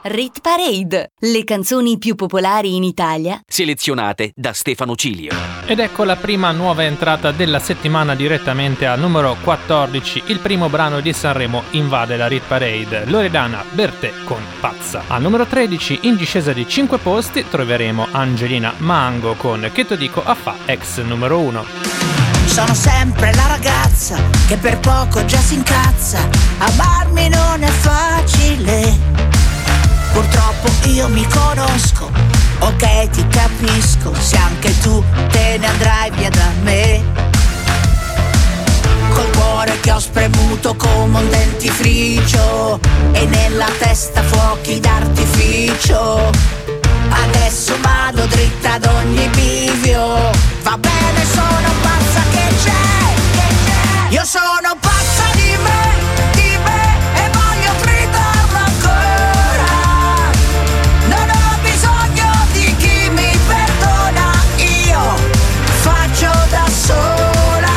Rit Parade, le canzoni più popolari in Italia, selezionate da Stefano Cilio. Ed ecco la prima nuova entrata della settimana direttamente al numero 14. Il primo brano di Sanremo invade la Rit Parade, Loredana Bertè con Pazza. Al numero 13, in discesa di 5 posti, troveremo Angelina Mango con Che to dico a fa, ex numero 1. Sono sempre la ragazza che per poco già si incazza. Amarmi non è facile. Purtroppo io mi conosco, ok ti capisco, se anche tu te ne andrai via da me. Col cuore che ho spremuto come un dentifricio e nella testa fuochi d'artificio. Adesso vado dritta ad ogni bivio, va bene sono pazza che c'è, io sono pazza di me e voglio gridarlo ancora. Non ho bisogno di chi mi perdona, io faccio da sola,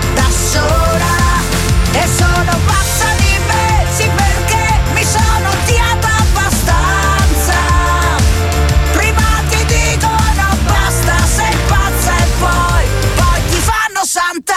e sono pazza di me, sì perché mi sono odiata abbastanza. Prima ti dicono basta, sei pazza e poi ti fanno santa.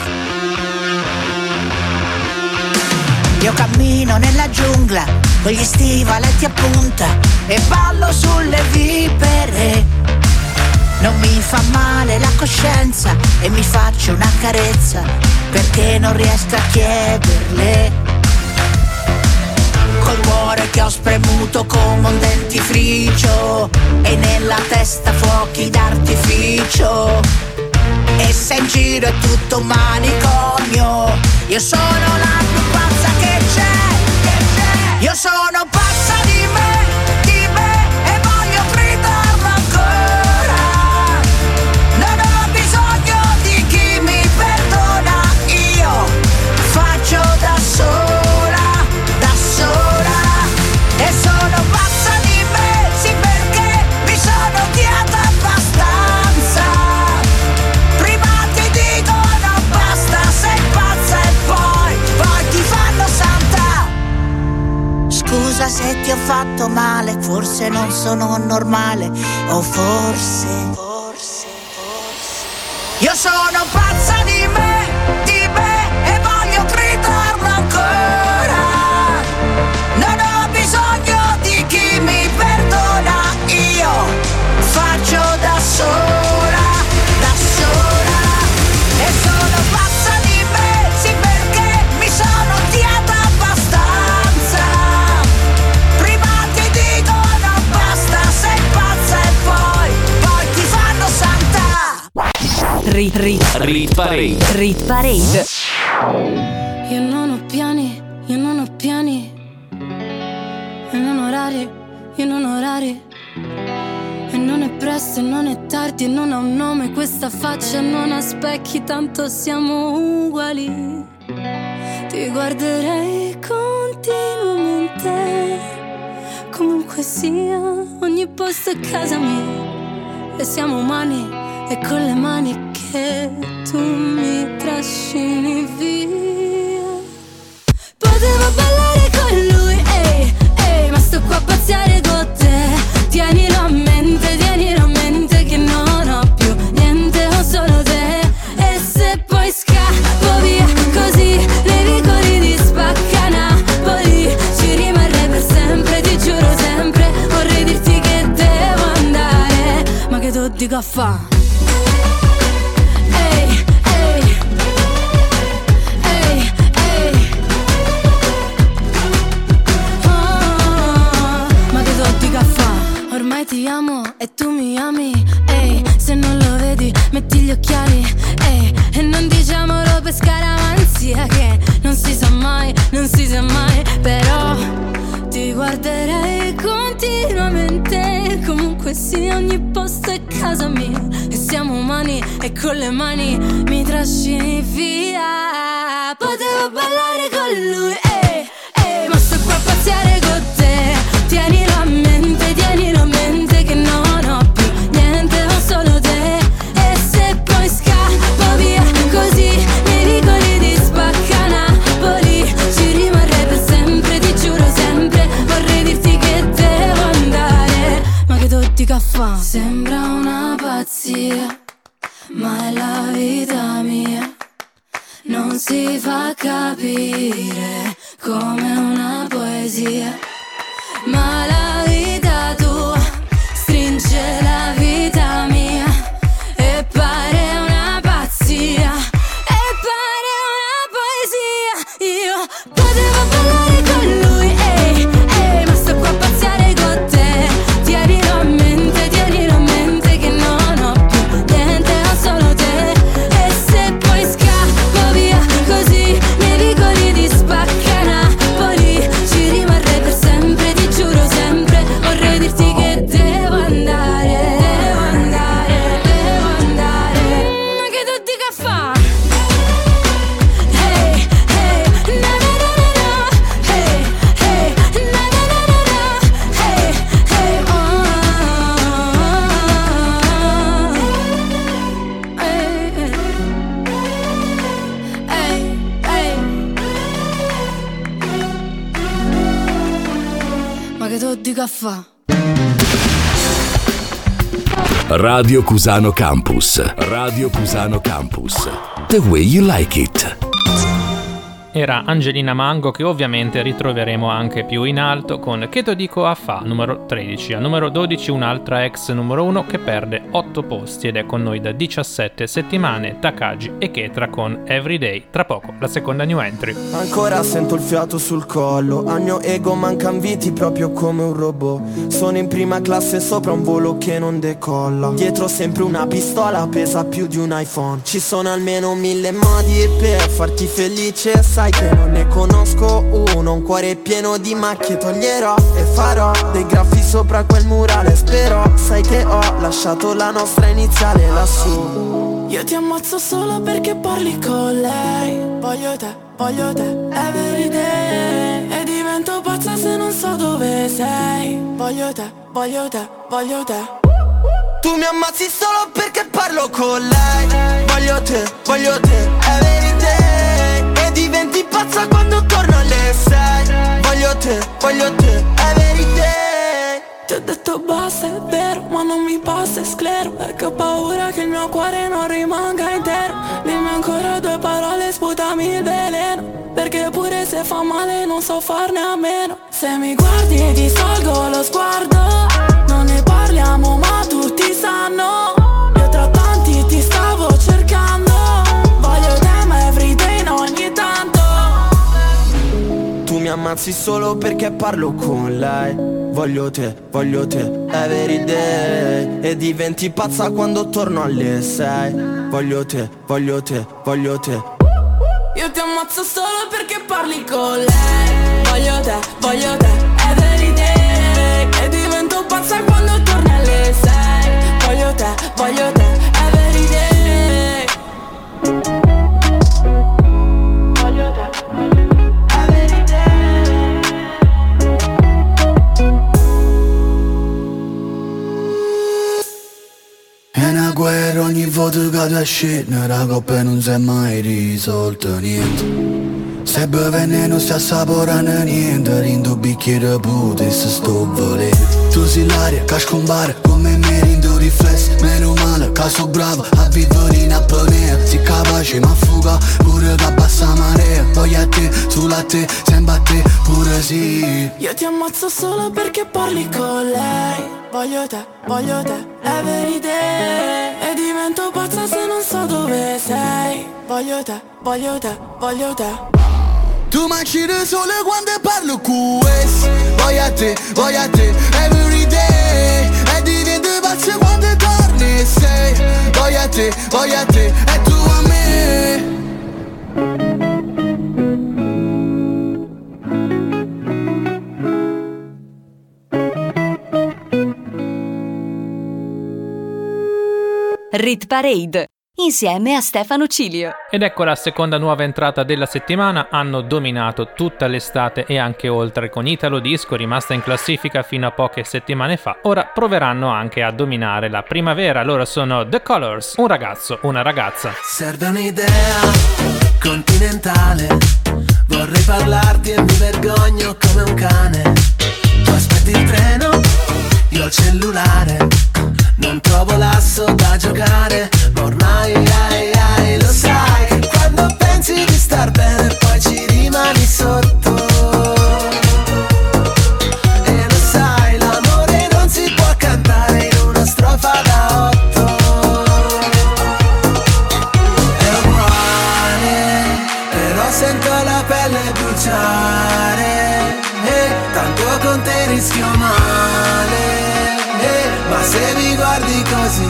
Io cammino nella giungla con gli stivaletti a punta e ballo sulle vipere. Non mi fa male la coscienza e mi faccio una carezza perché non riesco a chiederle. Col cuore che ho spremuto come un dentifricio e nella testa fuochi d'artificio. E se in giro è tutto un manicomio, io sono la più pazza che c'è, io sono pazza di me e voglio gridarlo ancora. Non ho bisogno di chi mi perdona, io faccio da sola, e sono pazza di me, sì perché mi sono odiata abbastanza. Prima ti dicono basta, sei pazza e poi ti fanno santa. Scusa se ti ho fatto male, forse non sono normale, o forse io sono pazza di me e voglio gridarlo ancora. Non ho bisogno di chi mi perdona, io faccio da sola, e sono pazza di me, sì perché mi sono odiata abbastanza. Prima ti dicono basta, sei pazza e poi ti fanno santa. Rit Parade. Rit Parade. Io non ho piani, io non ho piani, e non orari, io non orari. E non è presto e non è tardi e non ha un nome questa faccia, non ha specchi, tanto siamo uguali. Ti guarderei continuamente, comunque sia, ogni posto è casa mia. E siamo umani e con le mani che tu mi trascini via. Potevo ballare con lui, ehi, ehi, ma sto qua a pazziare con te. Tienilo a mente che non ho più niente, ho solo te. E se poi scappo via così, nei vicoli di Spacca Napoli ci rimarrei per sempre, ti giuro sempre. Vorrei dirti che devo andare, ma che tu dico a fa'? Ormai ti amo e tu mi ami, ehi, se non lo vedi metti gli occhiali, ehi, e non diciamolo per scaramanzia che non si sa mai, però ti guarderei continuamente, comunque sia, ogni posto è casa mia. E siamo umani e con le mani mi trascini via. Potevo ballare con lui, ehi, ehi, ma sto qua a pazziare con te. Tienilo a mente che non ho più niente, ho solo te. E se poi scappo via così, nei vicoli di Spacca Napoli ci rimarrei per sempre, ti giuro sempre. Vorrei dirti che devo Sembra una pazzia, ma è la vita mia. Non si fa capire come una poesia, ma la vita tua stringe la vita mia e pare una pazzia, e pare una poesia. Io potevo ballare con lui, ehi, ehi, ma sto qua a pazziare con te. Tienilo a mente che non ho più niente, ho solo te. E se poi scappo via così nei vicoli di Spacca Napoli, ci rimarrei per sempre, ti giuro sempre. Vorrei dirti che devo andare, devo andare, devo andare. Ma che tu dica fa? Hey, hey, na na na na na. Hey, hey, na na na na na. Hey, hey, ma che tu dica fa? Radio Cusano Campus. Radio Cusano Campus. The way you like it. Era Angelina Mango, che ovviamente ritroveremo anche più in alto con Che to dico a fa, numero 13. Al numero 12 un'altra ex numero 1 che perde 8 posti ed è con noi da 17 settimane, Takagi e Ketra con Everyday. Tra poco la seconda new entry. Ancora sento il fiato sul collo, al mio ego mancan viti proprio come un robot. Sono in prima classe sopra un volo che non decolla. Dietro sempre una pistola, pesa più di un iPhone. Ci sono almeno 1000 modi per farti felice, sai che non ne conosco uno. Un cuore pieno di macchie toglierò e farò dei graffi sopra quel murale. Spero, sai che ho lasciato la nostra iniziale lassù. Io ti ammazzo solo perché parli con lei. Voglio te, everyday. E divento pazza se non so dove sei. Voglio te, voglio te, voglio te. Tu mi ammazzi solo perché parlo con lei. Voglio te, everyday. E diventi pazza quando torno alle 6. Voglio te, everyday. Ti ho detto basta, è vero, ma non mi passa, è sclero. Perché ho paura che il mio cuore non rimanga intero. Dimmi ancora 2 parole, sputami il veleno. Perché pure se fa male non so farne a meno. Se mi guardi ti salgo lo sguardo. Non ne parliamo ma tutti sanno. Io tra tanti ti stavo cercando. Voglio te ma everyday in ogni tanto. Tu mi ammazzi solo perché parlo con lei. Voglio te, everyday. E diventi pazza quando torno alle 6. Voglio te. Io ti ammazzo solo perché parli con lei. Voglio te, everyday. E divento pazza quando torni alle 6. Voglio te, everyday. Voglio te, everyday. È una guerra ogni volta che tu scende. La coppa non si è mai risolta niente. Se bevene non sta assaporando niente. Rindo bicchiere pute se sto volendo. Tu sei l'aria che scompare come me rindo riflesso. Meno male che sono bravo a vivere in apnea. Si capace ma fuga pure da bassa marea. Voglio a te, sulla te, sempre a te pure sì. Io ti ammazzo solo perché parli con lei. Voglio te, everyday. E divento pazza se non so dove sei. Voglio te. Tu mangi da sole quando parlo con questo. Voglio te, everyday. E divento pazza quando torni e sei. Voglio te, e tu a me. Rit Parade insieme a Stefano Cilio. Ed ecco la seconda nuova entrata della settimana. Hanno dominato tutta l'estate e anche oltre con Italo Disco, rimasta in classifica fino a poche settimane fa. Ora proveranno anche a dominare la primavera. Loro sono The Colors, un ragazzo, una ragazza. Serve un'idea continentale. Vorrei parlarti e mi vergogno come un cane. Tu aspetti il treno, io il cellulare. non trovo l'asso da giocare, ma ormai lo sai che quando pensi di star bene poi ci rimani sotto. E lo sai, l'amore non si può cantare in una strofa da 8. È uguale, però sento la pelle bruciare, tanto con te rischio male, ma se mi guardi così,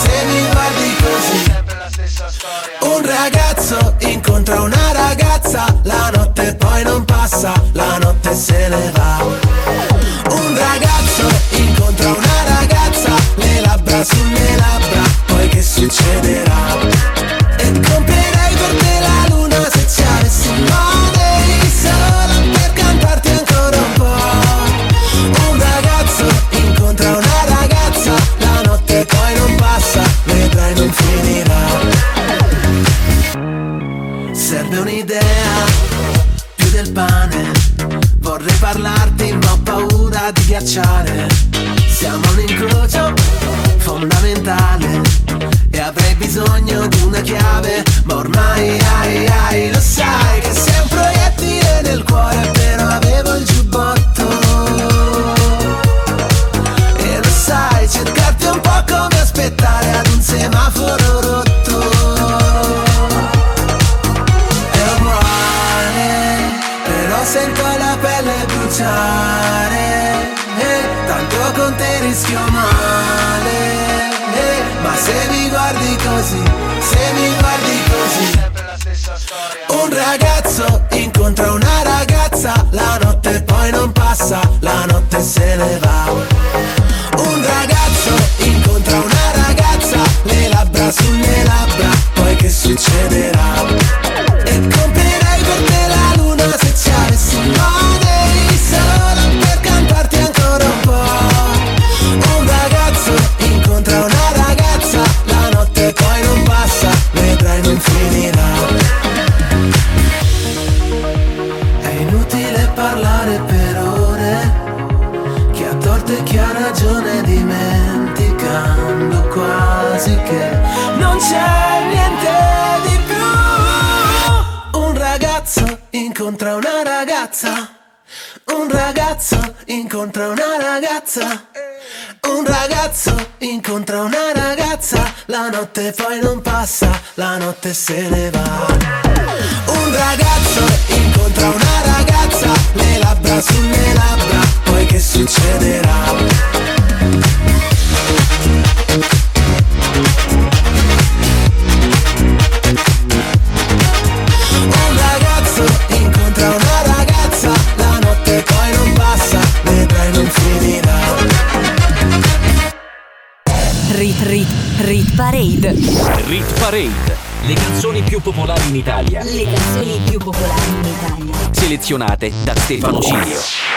un ragazzo incontra una ragazza, la notte poi non passa, la notte se ne va. Un ragazzo incontra una ragazza, le labbra sulle labbra, poi che succederà? E comprerei per te la luna se ci avessi Money solo per cantarti ancora un po'. Un ragazzo incontra una ragazza, la notte poi non passa, vedrai non finirà. Serve un'idea, più del pane, vorrei parlarti ma ho paura di ghiacciare. Siamo un incrocio fondamentale e avrei bisogno di una chiave, ma ormai lo sai che sei un proiettile nel cuore, però avevo il giubbotto. E lo sai, cercarti è un po' come aspettare ad un semaforo rotto. È uguale, però sento la pelle bruciare, tanto con te rischio male, ma se mi guardi così, un ragazzo incontra una ragazza, la notte poi non passa, la notte se ne va. Un ragazzo incontra una ragazza, le labbra sulle labbra, poi che succederà? E comprerei per te la luna se ci avessi Money solo per cantarti ancora un po'. Un ragazzo incontra una ragazza, la notte poi non passa, vedrai non finirà. È inutile parlare per ore, chi ha torto e chi ha ragione, dimenticando quasi che non c'è niente di più. Un ragazzo incontra una ragazza, un ragazzo incontra una ragazza, un ragazzo incontra una ragazza, la notte poi non passa, la notte se ne va. Un ragazzo incontra una ragazza, le labbra sulle labbra, poi che succederà? Un ragazzo incontra una ragazza, la notte poi non passa, vedrai non finirà. Rit Parade. Rit Parade. Le canzoni più popolari in Italia. Le canzoni più popolari in Italia. Selezionate da Stefano Cilio.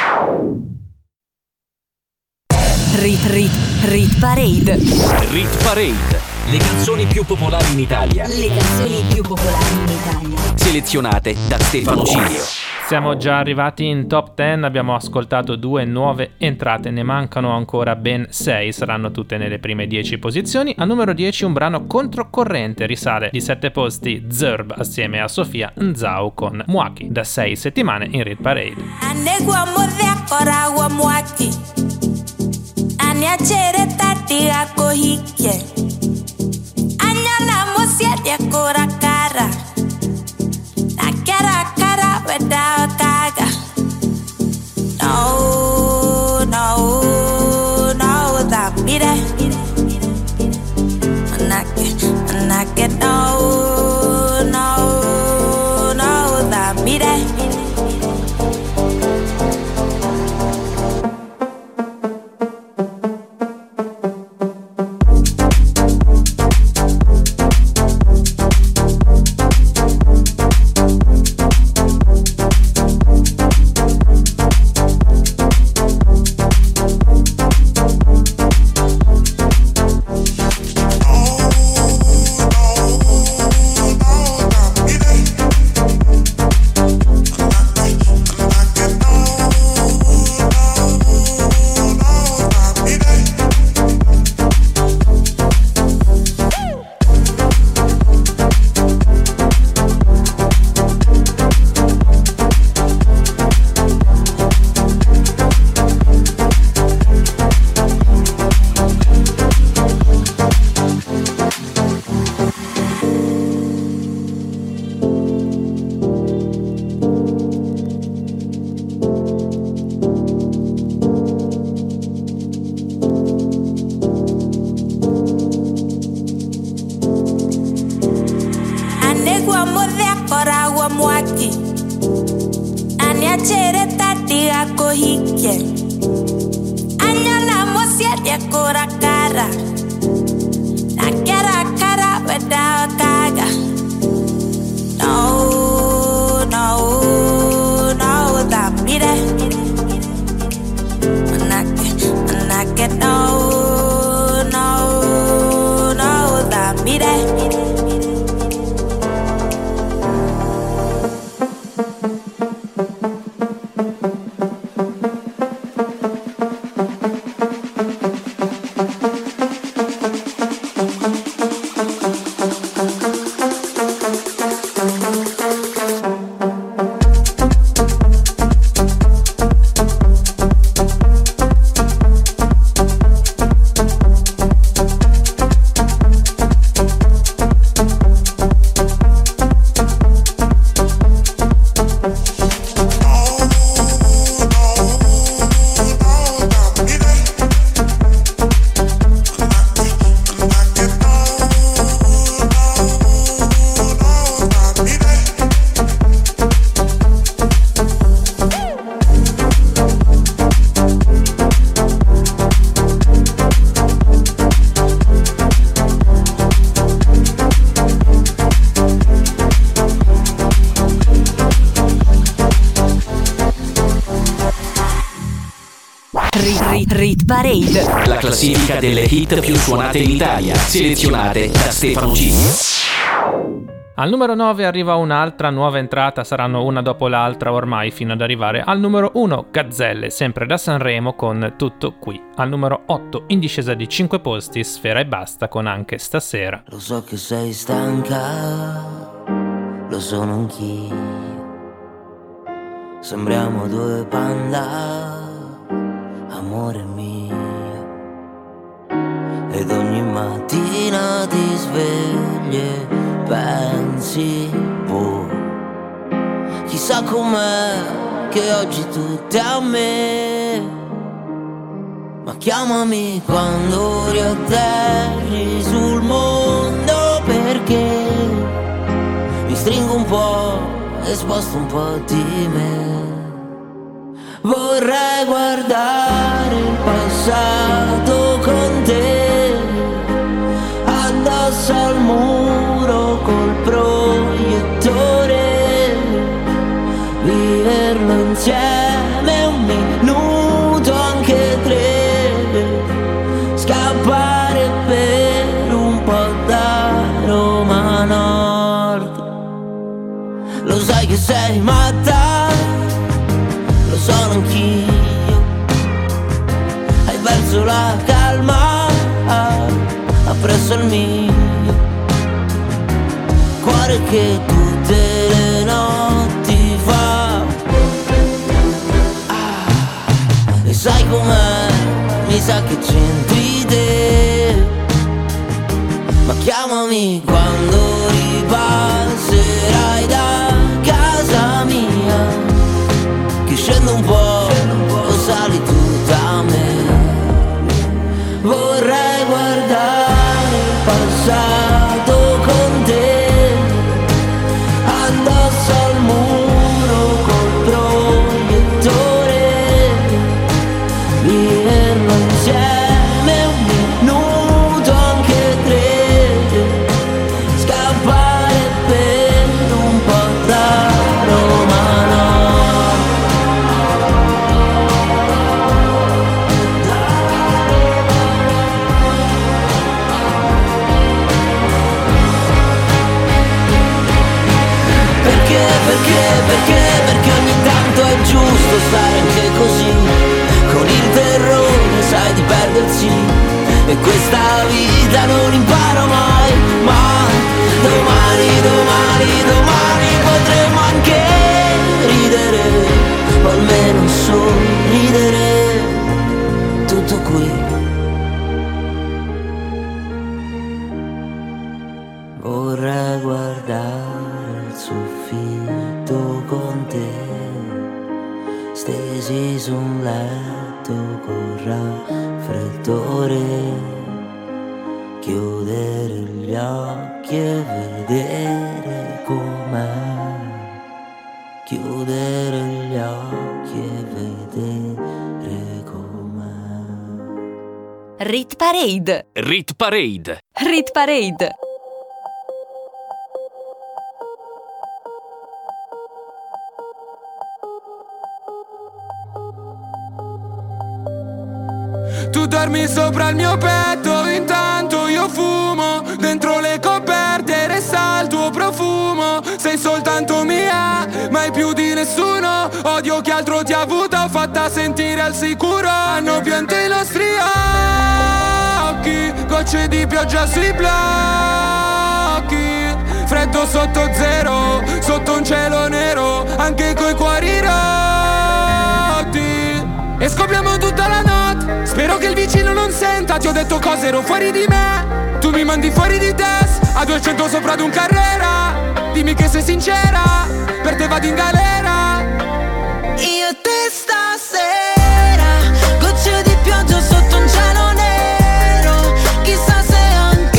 Rit Parade. Rit Parade. Le canzoni più popolari in Italia. Le canzoni più popolari in Italia. Selezionate da Stefano Cilio. Siamo già arrivati in top 10, abbiamo ascoltato 2 nuove entrate, ne mancano ancora ben 6, saranno tutte nelle prime 10 posizioni. Al numero 10 un brano controcorrente, risale di 7 posti Zerb assieme a Sofia Nzau con Mwaki, da 6 settimane in Rit Parade. Without Gaga, no, that be there. When I get no, that be there. gua morrea kora gua mwaki Anya chere tati ako hike Anya na mosia kora cara Na kera cara weda kaga No, no, no, da mire Manake, no, no, no, da mire Rit Parade, la classifica delle hit più suonate in Italia, selezionate da Stefano G. Al numero 9 arriva un'altra nuova entrata, saranno una dopo l'altra ormai fino ad arrivare al numero 1, Gazzelle, sempre da Sanremo con Tutto Qui. Al numero 8, in discesa di 5 posti, Sfera Ebbasta con Anche Stasera. Lo so che sei stanca, lo sono anch'io. Sembriamo due panda, amore mio. Ed ogni mattina ti svegli e pensi, boh, chissà com'è che oggi tutto è a me. Ma chiamami quando riatterri sul mondo, perché mi stringo un po' e sposto un po' di me. Vorrei guardare il passato con te, addosso al muro col proiettore, viverlo insieme un minuto, anche tre, scappare per un po' da Roma Nord. Lo sai che sei matta, lo sono anch'io. Hai perso la calma appresso al mio cuore che tutte le notti fa. E sai com'è? Mi sa che c'entri te. Ma chiamami quando ripasserai da casa mia, che scendo un po', o sali tu da me. Vorrei guardare il passato con te, addosso al muro col proiettore, viverlo insieme un minuto, anche tre, scappare per un po' da Roma Nord. Perché ogni tanto è giusto stare anche così, con il terrore sai di perdersi, e questa vita non imparo mai, ma domani potremo anche ridere, o almeno sorridere, tutto qui. Vorrei guardare il soffitto con te, stesi su un letto con raffreddore, chiudere gli occhi e vedere com'è, chiudere gli occhi e vedere com'è. Rit Parade. Rit Parade. Rit Parade. Tu dormi sopra il mio petto, intanto io fumo. Dentro le coperte resta il tuo profumo. Sei soltanto mia, mai più di nessuno. Odio chi altro ti ha avuta, fatta sentire al sicuro. Hanno pianto i nostri occhi, gocce di pioggia sui blocchi. Freddo sotto zero, sotto un cielo nero, anche coi cuori rotti. E scopriamo tutta la notte, spero che il vicino non senta. Ti ho detto cose, ero fuori di me, tu mi mandi fuori di testa. A 200 sopra ad un Carrera, dimmi che sei sincera, per te vado in galera. Io e te stasera, gocce di pioggia sotto un cielo nero. Chissà se anche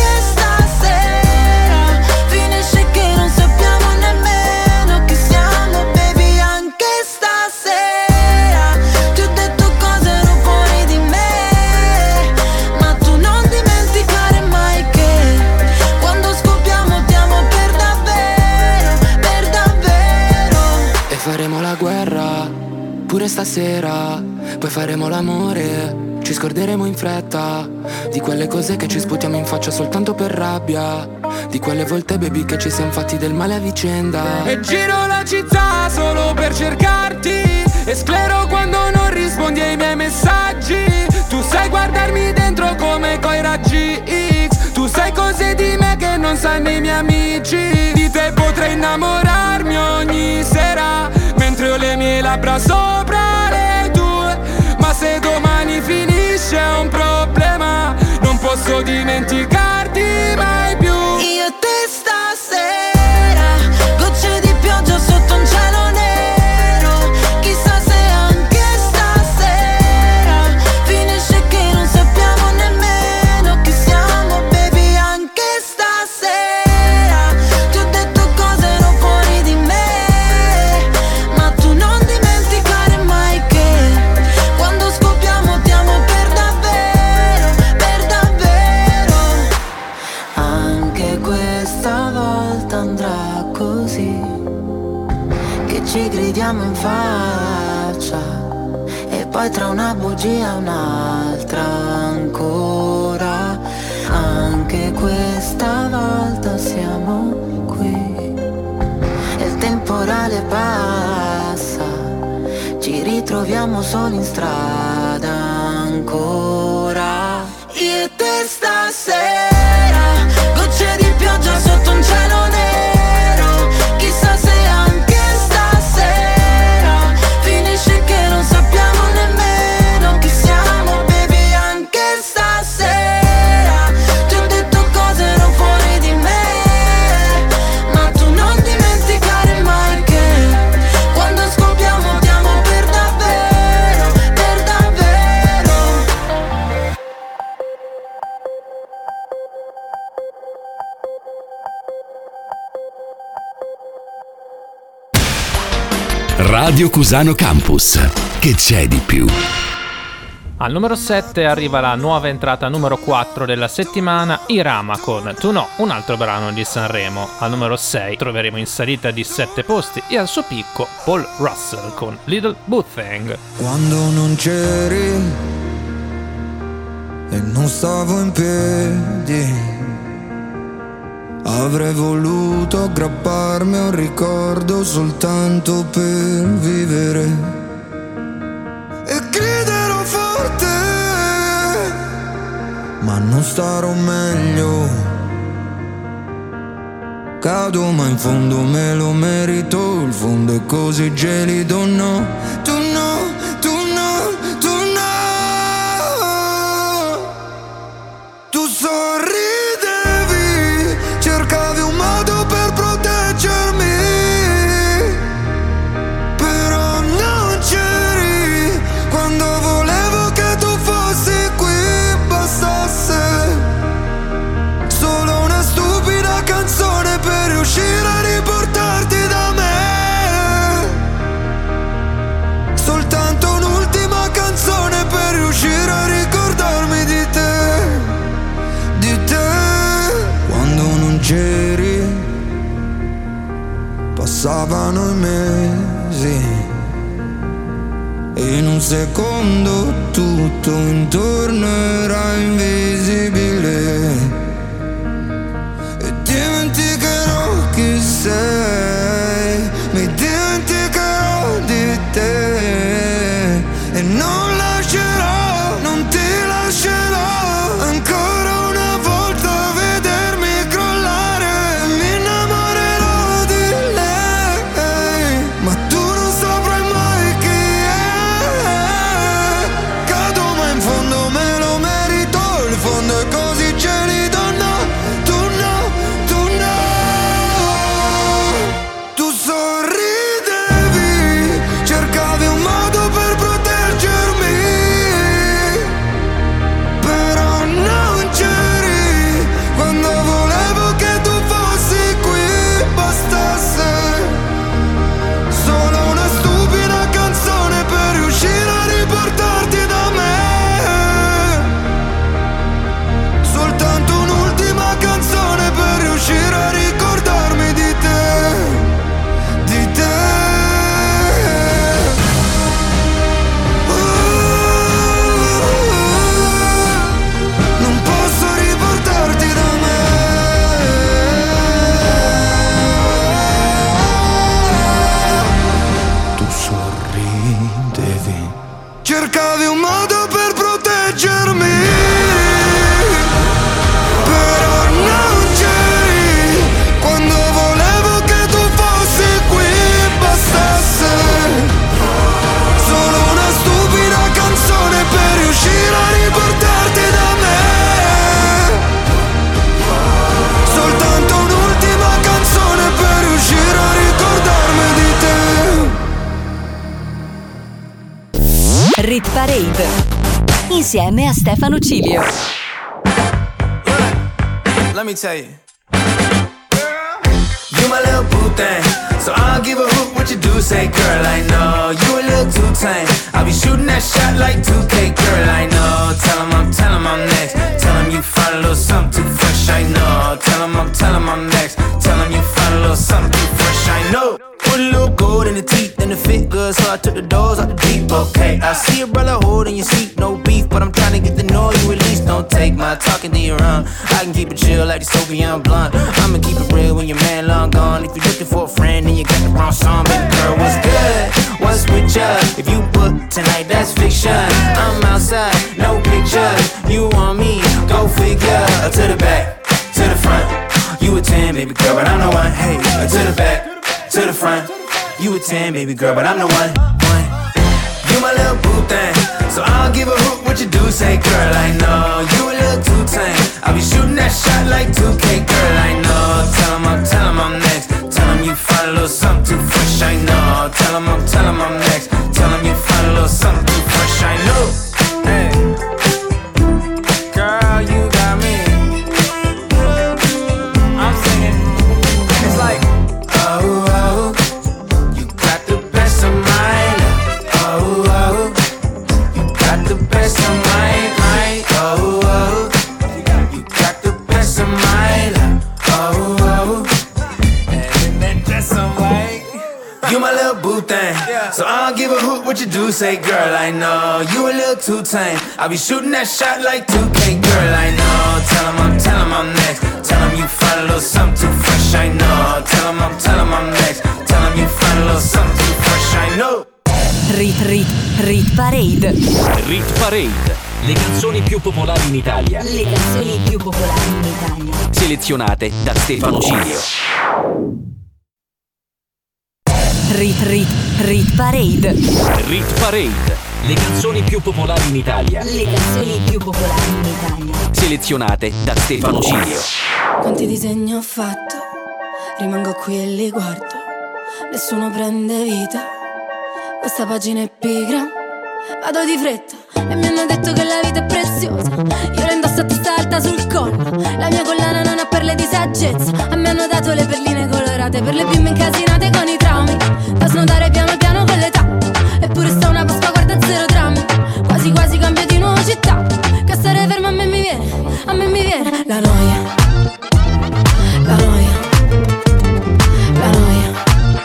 stasera finisce che non sappiamo nemmeno chi siamo, baby, anche stasera. Ti ho detto cose ero fuori di me, ma tu non dimenticare mai che quando scoppiamo ti amo per davvero, per davvero. E faremo la guerra pure stasera, poi faremo l'amore, ci scorderemo in fretta di quelle cose che ci sputiamo in faccia soltanto per rabbia, di quelle volte baby che ci siamo fatti del male a vicenda. E giro la città solo per cercarti, e sclero quando non rispondi ai miei messaggi. Tu sai guardarmi dentro come coi raggi X, tu sai cose di me che non sanno i miei amici. Di te potrei innamorarmi ogni sera, mentre ho le mie labbra sopra le tue. Ma se domani finisce è un problema, non posso dimenticarti mai più. Io e te stasera, gocce di pioggia sotto un cielo nero. Chissà se anche stasera finisce che non sappiamo nemmeno chi siamo, baby, anche stasera. Ti ho detto cose ero fuori di me, ma tu non dimenticare mai che quando scoppiamo ti amo per davvero, per davvero. Anche questa volta andrà così, che ci gridiamo in faccia e poi tra una bugia e un'altra ancora. Anche questa volta siamo qui e il temporale passa, ci ritroviamo solo in strada ancora. Io e te stasera, gocce di pioggia sotto un cielo nero. Chissà se anche stasera finisce che non sappiamo nemmeno chi siamo, baby, anche stasera. Ti ho detto cose ero fuori di me, ma tu non dimenticare mai che quando scoppiamo ti amo per davvero, per davvero. Radio Cusano Campus. Che c'è di più? Al numero 7 arriva la nuova entrata numero 4 della settimana, Irama con Tu No, un altro brano di Sanremo. Al numero 6 troveremo in salita di 7 posti e al suo picco Paul Russell con Little Boo Thing. Quando non c'eri e non stavo in piedi, avrei voluto aggrapparmi a un ricordo soltanto per vivere e griderò forte, ma non starò meglio. Cado ma in fondo me lo merito, il fondo è così gelido, no, tu no, tu no, tu no. Tu sorridevi, cercavi un modo per proteggermi, però non c'eri quando volevo che tu fossi qui. Bastasse solo una stupida canzone per riuscire a riportare passavano i mesi e in un secondo tutto intorno era invisibile e dimenticherò chi sei, mi dimenticherò di te e non lascerò, non ti lascerò ancora una volta vedermi crollare, mi innamorerò di lei, ma tu non saprai mai chi è. Cado ma in fondo me lo merito, il fondo è così gelido, no, tu no, tu no. Tu sorridevi, cercavi un modo per proteggermi, però non c'eri quando volevo che tu fossi qui, bastasse solo una stupida canzone per riuscire a riportarti da me, soltanto un'ultima canzone per riuscire a ricordarmi di te, di te. Non posso riportarti da me. Tu sorridevi, cercavi un modo per proteggermi, però non c'eri quando volevo che tu fossi qui, bastasse solo una stupida canzone per riuscire a riportarti da me, soltanto un'ultima canzone per riuscire a ricordarmi di te. Rit Parade insieme a Stefano Cilio. Let me tell you, you my little boo thing, so I don't give a hoot what you do say, girl, I know you a little too tame, I'll be shooting that shot like 2K, girl, I know. Tell him I'm next, tell him you find a little something too fresh, I know. Tell him I'm next, tell him you find a little something too fresh, I know. Put a little gold in the teeth and it fit good, so I took the doors out the deep, okay. I see a brother holding your seat, no beef, but I'm trying to get to know you at least. Don't take my talking to your own, I can keep it chill like the Soviet blunt. I'ma keep it real when your man long gone. If you're looking for a friend, then you got the wrong song. Baby girl, what's good? What's with ya? If you book tonight, that's fiction. I'm outside, no pictures. You want me? Go figure. To the back, to the front. You a 10, baby girl, but I'm the one. Hey, to the back, to the front. You a 10, baby girl, but I'm the one. You my little boo thing, so I don't give a hoot what you do say, girl, I know. You a little too tame, I'll be shooting that shot like 2K, girl, I know. Tell him I'm next, tell him you find a little something too fresh, I know. Tell him I'm next, tell him you find a little something too fresh, I know. Hey, girl, you got me. I'm singing, it's like, oh, oh, you got the best of mine. Oh, oh, you got the best of mine. Oh, oh, you got the best of mine. Oh, oh, and then just some white. You my little boo thing, so I don't give a hoot what you do say, girl, I know. You a little too tame, I'll be shooting that shot like 2K, girl, I know. Tell him I'm next, tell him you find a little something too fresh, I know. Tell him I'm next, tell him you find a little something too fresh, I know. Rit Parade. Rit Parade. Le canzoni più popolari in Italia. Le canzoni più popolari in Italia. Selezionate da Stefano Cilio. Rit Parade. Rit Parade. Le canzoni più popolari in Italia. Le canzoni più popolari in Italia. Selezionate da Stefano Cilio. Quanti disegni ho fatto, rimango qui e li guardo. Nessuno prende vita, questa pagina è pigra. Vado di fretta e mi hanno detto che la vita è preziosa. Io la indosso a testa alta sul collo, la mia collana non ha perle di saggezza. A me hanno dato le perline colorate per le bimbe incasinate con i traumi, da snodare piano piano con l'età. Eppure sta una Pasqua, guarda, zero drammi. Quasi quasi cambio di nuova città. Che stare fermo a me mi viene la noia. La noia, la noia,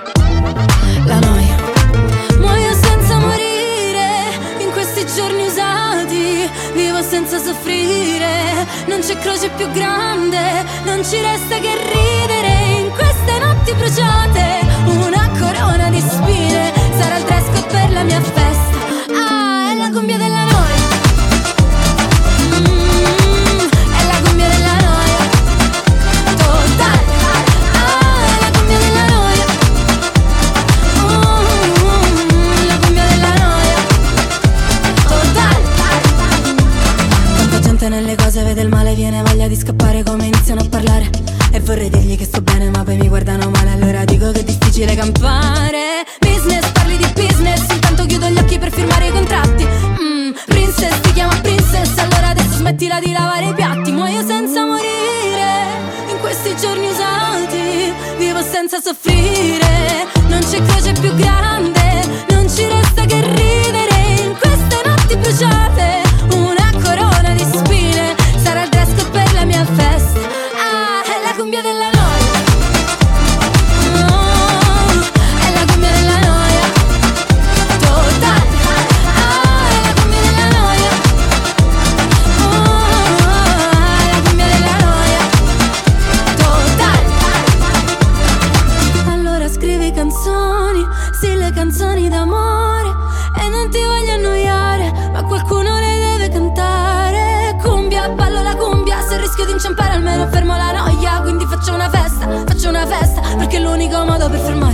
campare. Business, parli di business, intanto chiudo gli occhi per firmare i contratti. Princess, ti chiama princess, allora adesso smettila di lavare i piatti. Muoio senza morire, in questi giorni usati, vivo senza soffrire. Non c'è croce più grande, non ci resta che ridere. In queste notti bruciate, una corona di spine, sarà il dress code per la mia festa. Ah, è la cumbia della noia. È la cumbia della noia totale. Ah, è la cumbia della noia. È la cumbia della noia totale. Allora scrivi canzoni, sì, le canzoni d'amore, e non ti voglio annoiare, ma qualcuno le deve cantare. Cumbia, ballo la cumbia, se rischio di inciampare almeno fermo la noia. Quindi faccio una festa, perché è l'unico modo per fermare,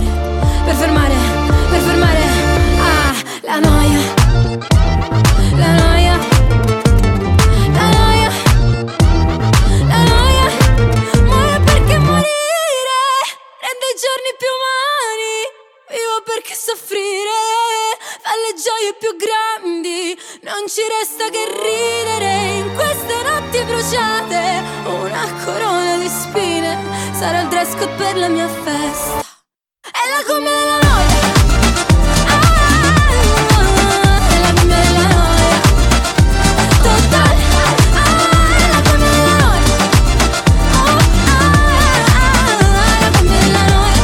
ah, la noia, la noia, la noia, la noia. Muoio perché morire rende i giorni più umani, vivo perché soffrire fa le gioie più grandi. Non ci resta che ridere in queste notti bruciate, una corona di spine, sarà il dress code per la mia festa. È la cumbia della noia. È la cumbia della noia totale. È la cumbia della noia. È la cumbia della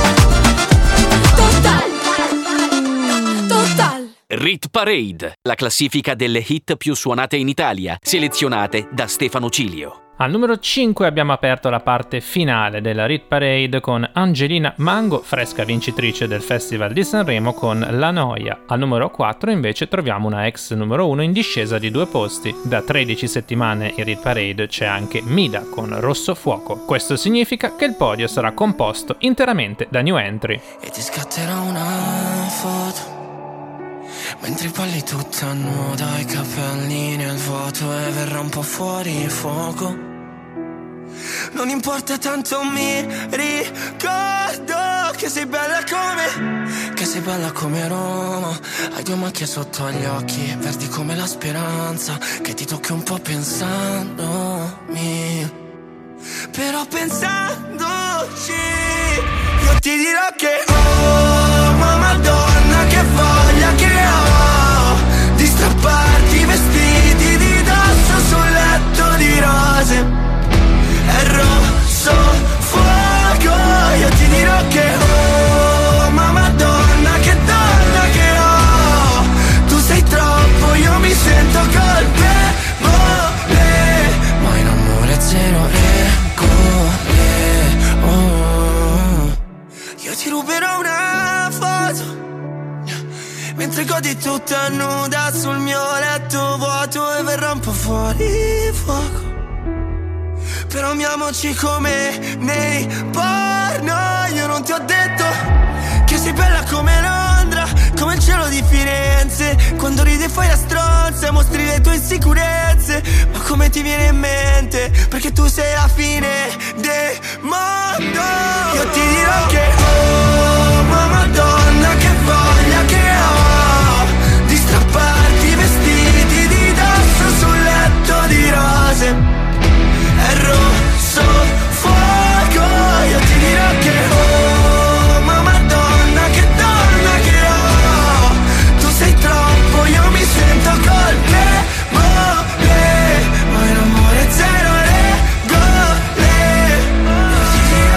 noia totale. Rit Parade, la classifica delle hit più suonate in Italia, selezionate da Stefano Cilio. Al numero 5 abbiamo aperto la parte finale della Rit Parade con Angelina Mango, fresca vincitrice del Festival di Sanremo, con La Noia. Al numero 4 invece troviamo una ex numero 1 in discesa di 2 posti. Da 13 settimane in Rit Parade c'è anche Mida con Rosso Fuoco. Questo significa che il podio sarà composto interamente da new entry. E ti scatterò una foto mentre balli tutta nuda, i capelli nel vuoto, e verrà un po' fuori fuoco. Non importa tanto, mi ricordo che sei bella come Roma. Hai 2 macchie sotto agli occhi, verdi come la speranza, che ti tocchi un po' pensandomi. Però pensandoci, io ti dirò che ma Madonna, che voglia che ho di strapparti i vestiti di dosso sul letto di rose. È rosso fuoco, io ti dirò che ma Madonna, che donna che ho. Tu sei troppo, io mi sento colpevole, ma in amore zero regole. Io ti ruberò una foto mentre godi tutta nuda sul mio letto vuoto, e verrà un po' fuori fuoco. Però amiamoci come nei porno. Io non ti ho detto che sei bella come Londra, come il cielo di Firenze. Quando ridi e fai la stronza, mostri le tue insicurezze. Ma come ti viene in mente? Perché tu sei la fine del mondo. Io ti dirò che ma Madonna, che voglia che ho di strapparti i vestiti di dosso sul letto di rose. È rosso fuoco, io ti dirò che ma Madonna, che donna che ho. Tu sei troppo, io mi sento colpevole, ma in amore zero regole. Io ti dirò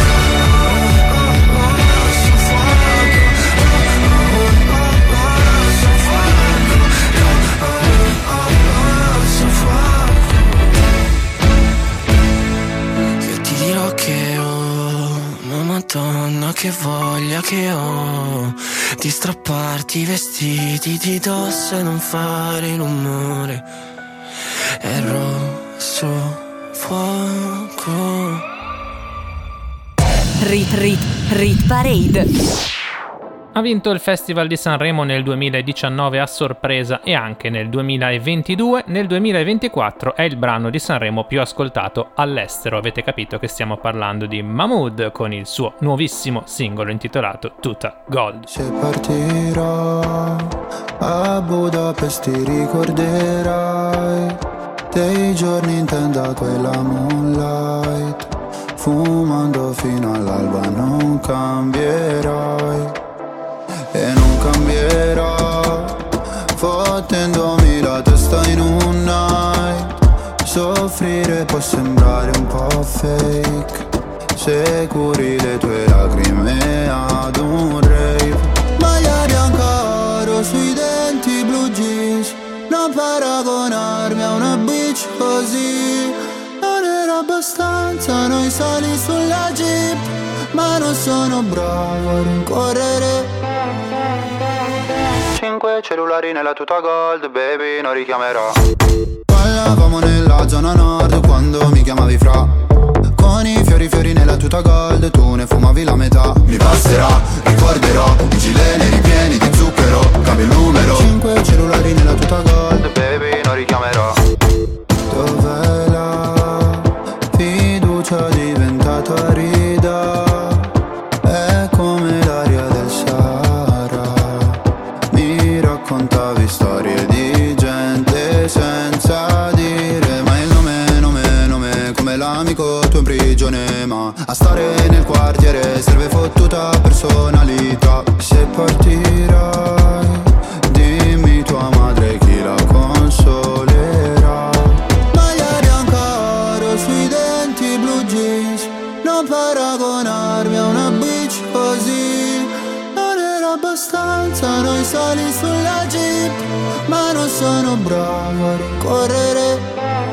Madonna, che voglia che ho di strapparti i vestiti di dosso e non fare rumore. È rosso fuoco. Rit Parade. Ha vinto il Festival di Sanremo nel 2019 a sorpresa e anche nel 2022. Nel 2024 è il brano di Sanremo più ascoltato all'estero. Avete capito che stiamo parlando di Mahmood con il suo nuovissimo singolo intitolato Tuta Gold. Se partirò a Budapest ti ricorderai dei giorni in tenda quella moonlight, fumando fino all'alba non cambierai e non cambierò, fottendomi la testa in un night. Soffrire può sembrare un po' fake se curi le tue lacrime ad un rave. Maglia bianca oro sui denti, blue jeans, non paragonarmi a una bitch così. Non era abbastanza noi sali sulla jeep, ma non sono bravo a rincorrere. 5 cellulari nella tuta gold, baby, non richiamerò. Ballavamo nella zona nord quando mi chiamavi fra, con i fiori nella tuta gold, tu ne fumavi la metà. Mi passerà, ricorderò, i gileni ripieni di zucchero, cambio il numero. 5 cellulari nella tuta gold, baby, non richiamerò. Dov'è la fiducia diventata rida? È come l'aria del Sahara. Mi raccontavi storie di gente senza dire mai il nome, come l'amico tuo in prigione. Ma a stare nel quartiere serve fottuta personalità. Se partirai, dimmi tua madre chi la consolerà. Maglia bianca oro sui denti, blue jeans, non paragonarmi a una bitch così. Non era abbastanza noi sali sulla jeep, ma non sono bravo a rincorrere.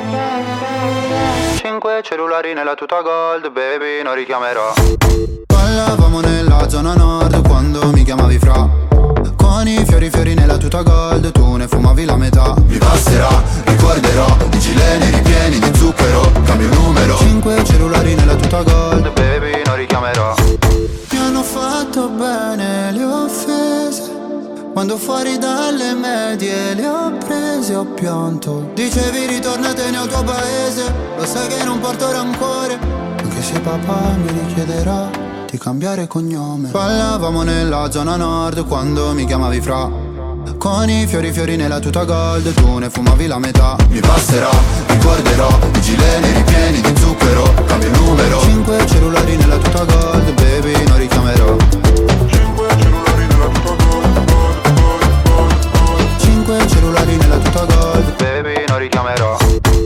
5 cellulari nella tuta gold, baby, non richiamerò. Ballavamo nella zona nord quando mi chiamavi fra, con i fiori nella tuta gold, tu ne fumavi la metà. Mi passerà, ricorderò, i gileni ripieni di zucchero, cambio il numero. 5 cellulari nella tuta gold, baby, non richiamerò. Mi hanno fatto bene le offese, quando fuori dalle medie le ho prese, ho pianto. Dicevi ritornatene al tuo paese, lo sai che non porto rancore, anche se papà mi richiederà di cambiare cognome. Ballavamo nella zona nord quando mi chiamavi fra, con i fiori nella tuta gold, tu ne fumavi la metà. Mi passerà, ricorderò, i gileni ripieni di zucchero, cambio il numero. 5 cellulari nella tuta gold, baby, non richiamerò. 5 cellulari nella tuta gold, 5 cellulari nella tuta gold, baby, non richiamerò.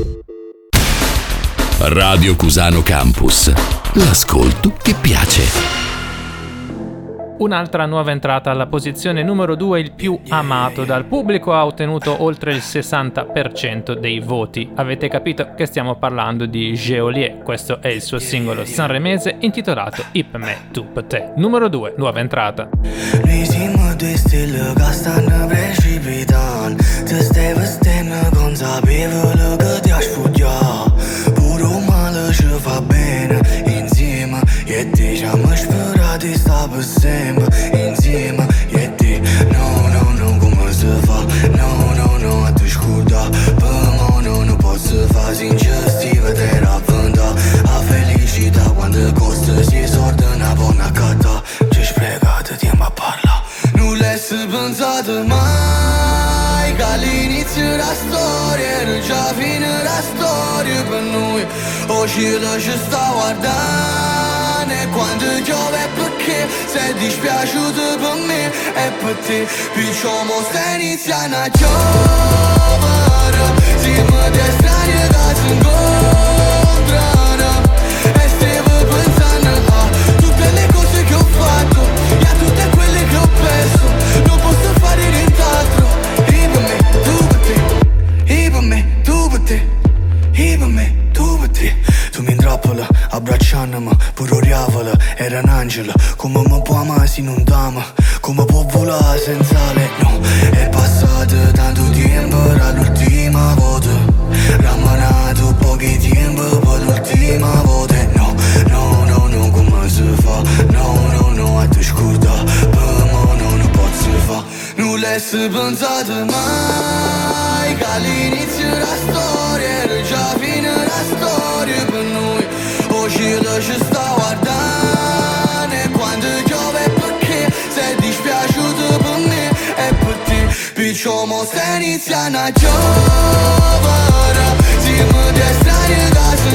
Radio Cusano Campus, l'ascolto che piace. Un'altra nuova entrata alla posizione numero 2, il più amato dal pubblico, ha ottenuto oltre il 60% dei voti. Avete capito che stiamo parlando di Geolier, questo è il suo singolo sanremese intitolato Ip Me Tup Te. Numero 2, nuova entrata. Risiamo due stelle che stanno precipitando, ti stai vestendo consapevole che ti asciughiamo, pure un male ci fa bene insieme, e te ci abbiamo sperato di stare per sempre insieme, e te no, come si fa, no, a te scuda, per me non posso fare sincerità, te ravventa, a felicità quando costa si sorda una buona cata, ci sprecate tempo a parlare, non l'hai pensato mai, che all'inizio della storia era già fine la storia per noi, oggi ci sta guardando, e quando piove perché sei dispiaciuto per me e per te, perciò mo stai iniziando a giovere, siamo dei strani che si incontrano, e stavo pensando a tutte le cose che ho fatto e a tutte quelle che ho perso, non posso fare nient'altro, e per me, tu per te, e per me, tu per te, e per me, tu per te. Tu mi intrappola, abbracciandomi, pure oriavola, era un angelo, come mi può amare se non t'ama, come può volare senza lei, no, è passato tanto tempo, era l'ultima volta, rammanato pochi tempo per l'ultima volta, no, come si fa, no, a te scorda, per me avresti pensato mai che all'inizio della storia era già fine la storia per noi. Oggi ci sta guardando e quando piove perché sei dispiaciuto per me e per te. Piccio mo stai iniziando a giovere, siamo due strani che si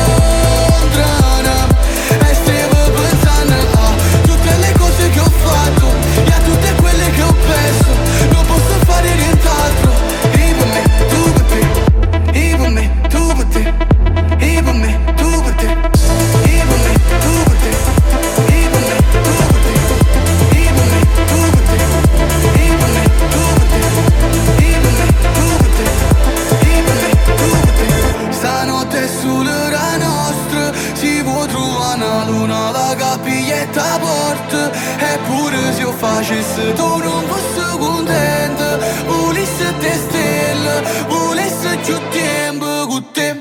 incontrano e stiamo pensando a tutte le cose che ho fatto e a tutte quelle che ho perso. Non posso fare nient'altro. Io per me, tu per te. Io per me, tu per te. Io per me, tu per te. Io per me, tu per te. Io per me, tu per te. Io per me, tu per te. Io per me, tu per te. Io per me, tu per te. Io per me, tu per te. Stanotte sull'ora nostra si può trovare una luna la capiglietta porta. Eppure se io facessi tu non fossi contento, volessi te stelle, volessi più tempo con te.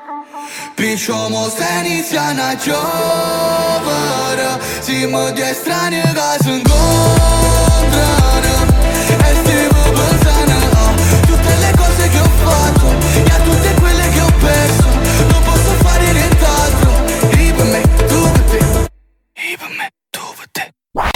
Piccio mo stai iniziando a giovere, siamo due strani che si incontrano e stiamo pensando a tutte le cose che ho fatto e a tutte quelle che ho perso. Non posso fare nient'altro. Io per me, tu per te. Io per me, tu per te.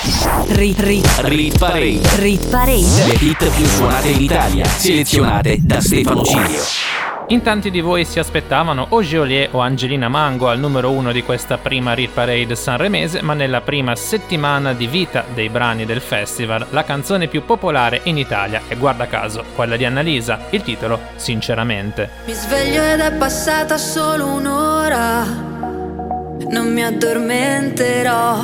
Rit Parade. Le hit più suonate in Italia, selezionate da Stefano Cilio. In tanti di voi si aspettavano o Geolier o Angelina Mango al numero 1 di questa prima Rit Parade sanremese, ma nella prima settimana di vita dei brani del festival la canzone più popolare in Italia è, guarda caso, quella di Annalisa, il titolo Sinceramente. Mi sveglio ed è passata solo un'ora, non mi addormenterò,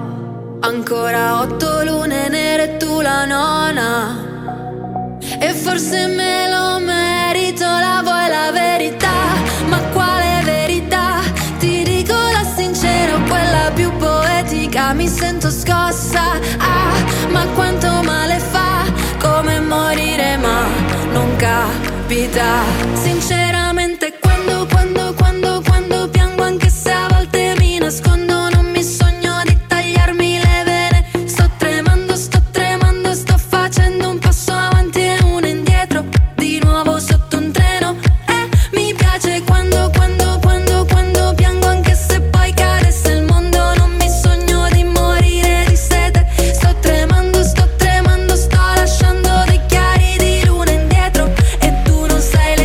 ancora 8 lune nere e tu la nona, e forse me lo merito, la vuoi la verità? Ma quale verità? Ti dico la sincera, quella più poetica, mi sento scossa, ma quanto male fa, come morire ma non capita. Sinceramente quando piango, anche se a volte mi nascondo, non mi sogno di tagliarmi le vene, sto tremando, sto facendo un passo avanti e uno indietro, di nuovo sotto un treno, e mi piace quando piango, anche se poi cadesse il mondo, non mi sogno di morire di sete, sto tremando, sto lasciando dei chiari di luna indietro, e tu non sai le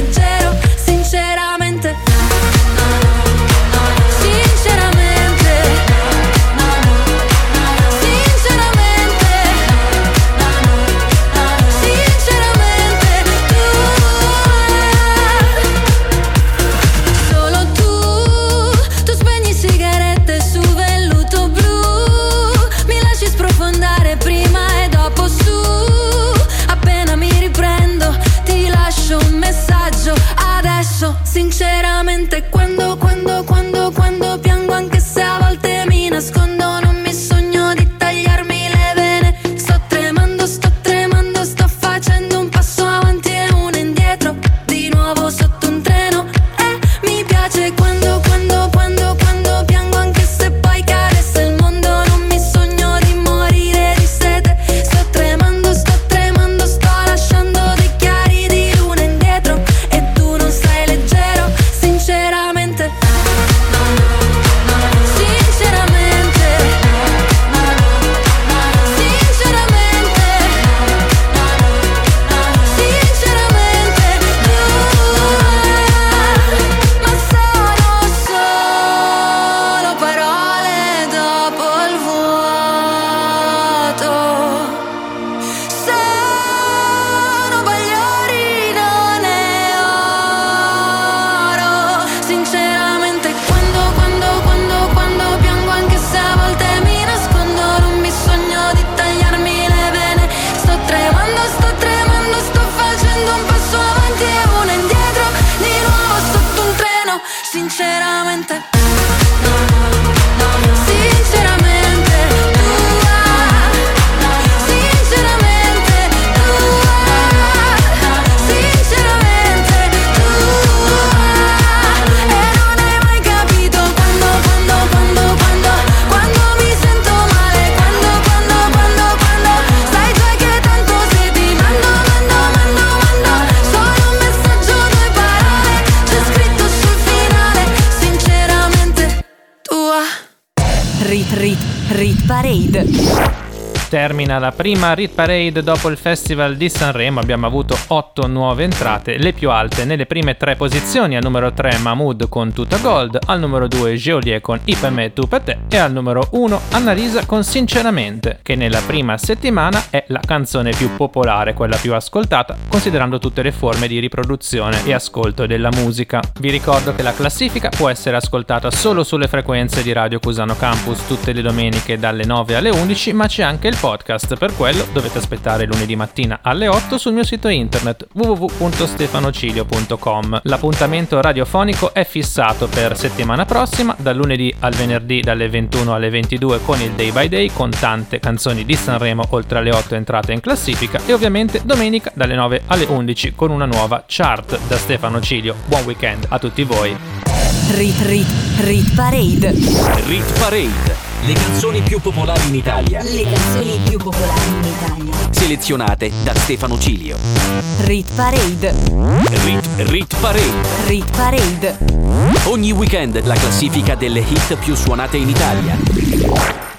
Parade. Termina la prima Rit Parade dopo il Festival di Sanremo. Abbiamo avuto 8 nuove entrate, le più alte nelle prime 3 posizioni. Al numero 3 Mahmood con Tuta Gold, al numero 2 Geolier con I per me tu per te e al numero 1 Annalisa con Sinceramente, che nella prima settimana è la canzone più popolare, quella più ascoltata, considerando tutte le forme di riproduzione e ascolto della musica. Vi ricordo che la classifica può essere ascoltata solo sulle frequenze di Radio Cusano Campus tutte le domeniche dalle 9 alle 11, ma c'è anche il podcast. Per quello dovete aspettare lunedì mattina alle 8 sul mio sito internet www.stefanocilio.com. L'appuntamento radiofonico è fissato per settimana prossima, dal lunedì al venerdì dalle 21 alle 22 con il Day by Day, con tante canzoni di Sanremo oltre alle 8 entrate in classifica, e ovviamente domenica dalle 9 alle 11 con una nuova chart da Stefano Cilio. Buon weekend a tutti voi. Rit Parade. Rit Parade. Le canzoni più popolari in Italia. Le canzoni più popolari in Italia. Selezionate da Stefano Cilio. Rit Parade. Rit Parade. Rit Parade. Ogni weekend la classifica delle hit più suonate in Italia.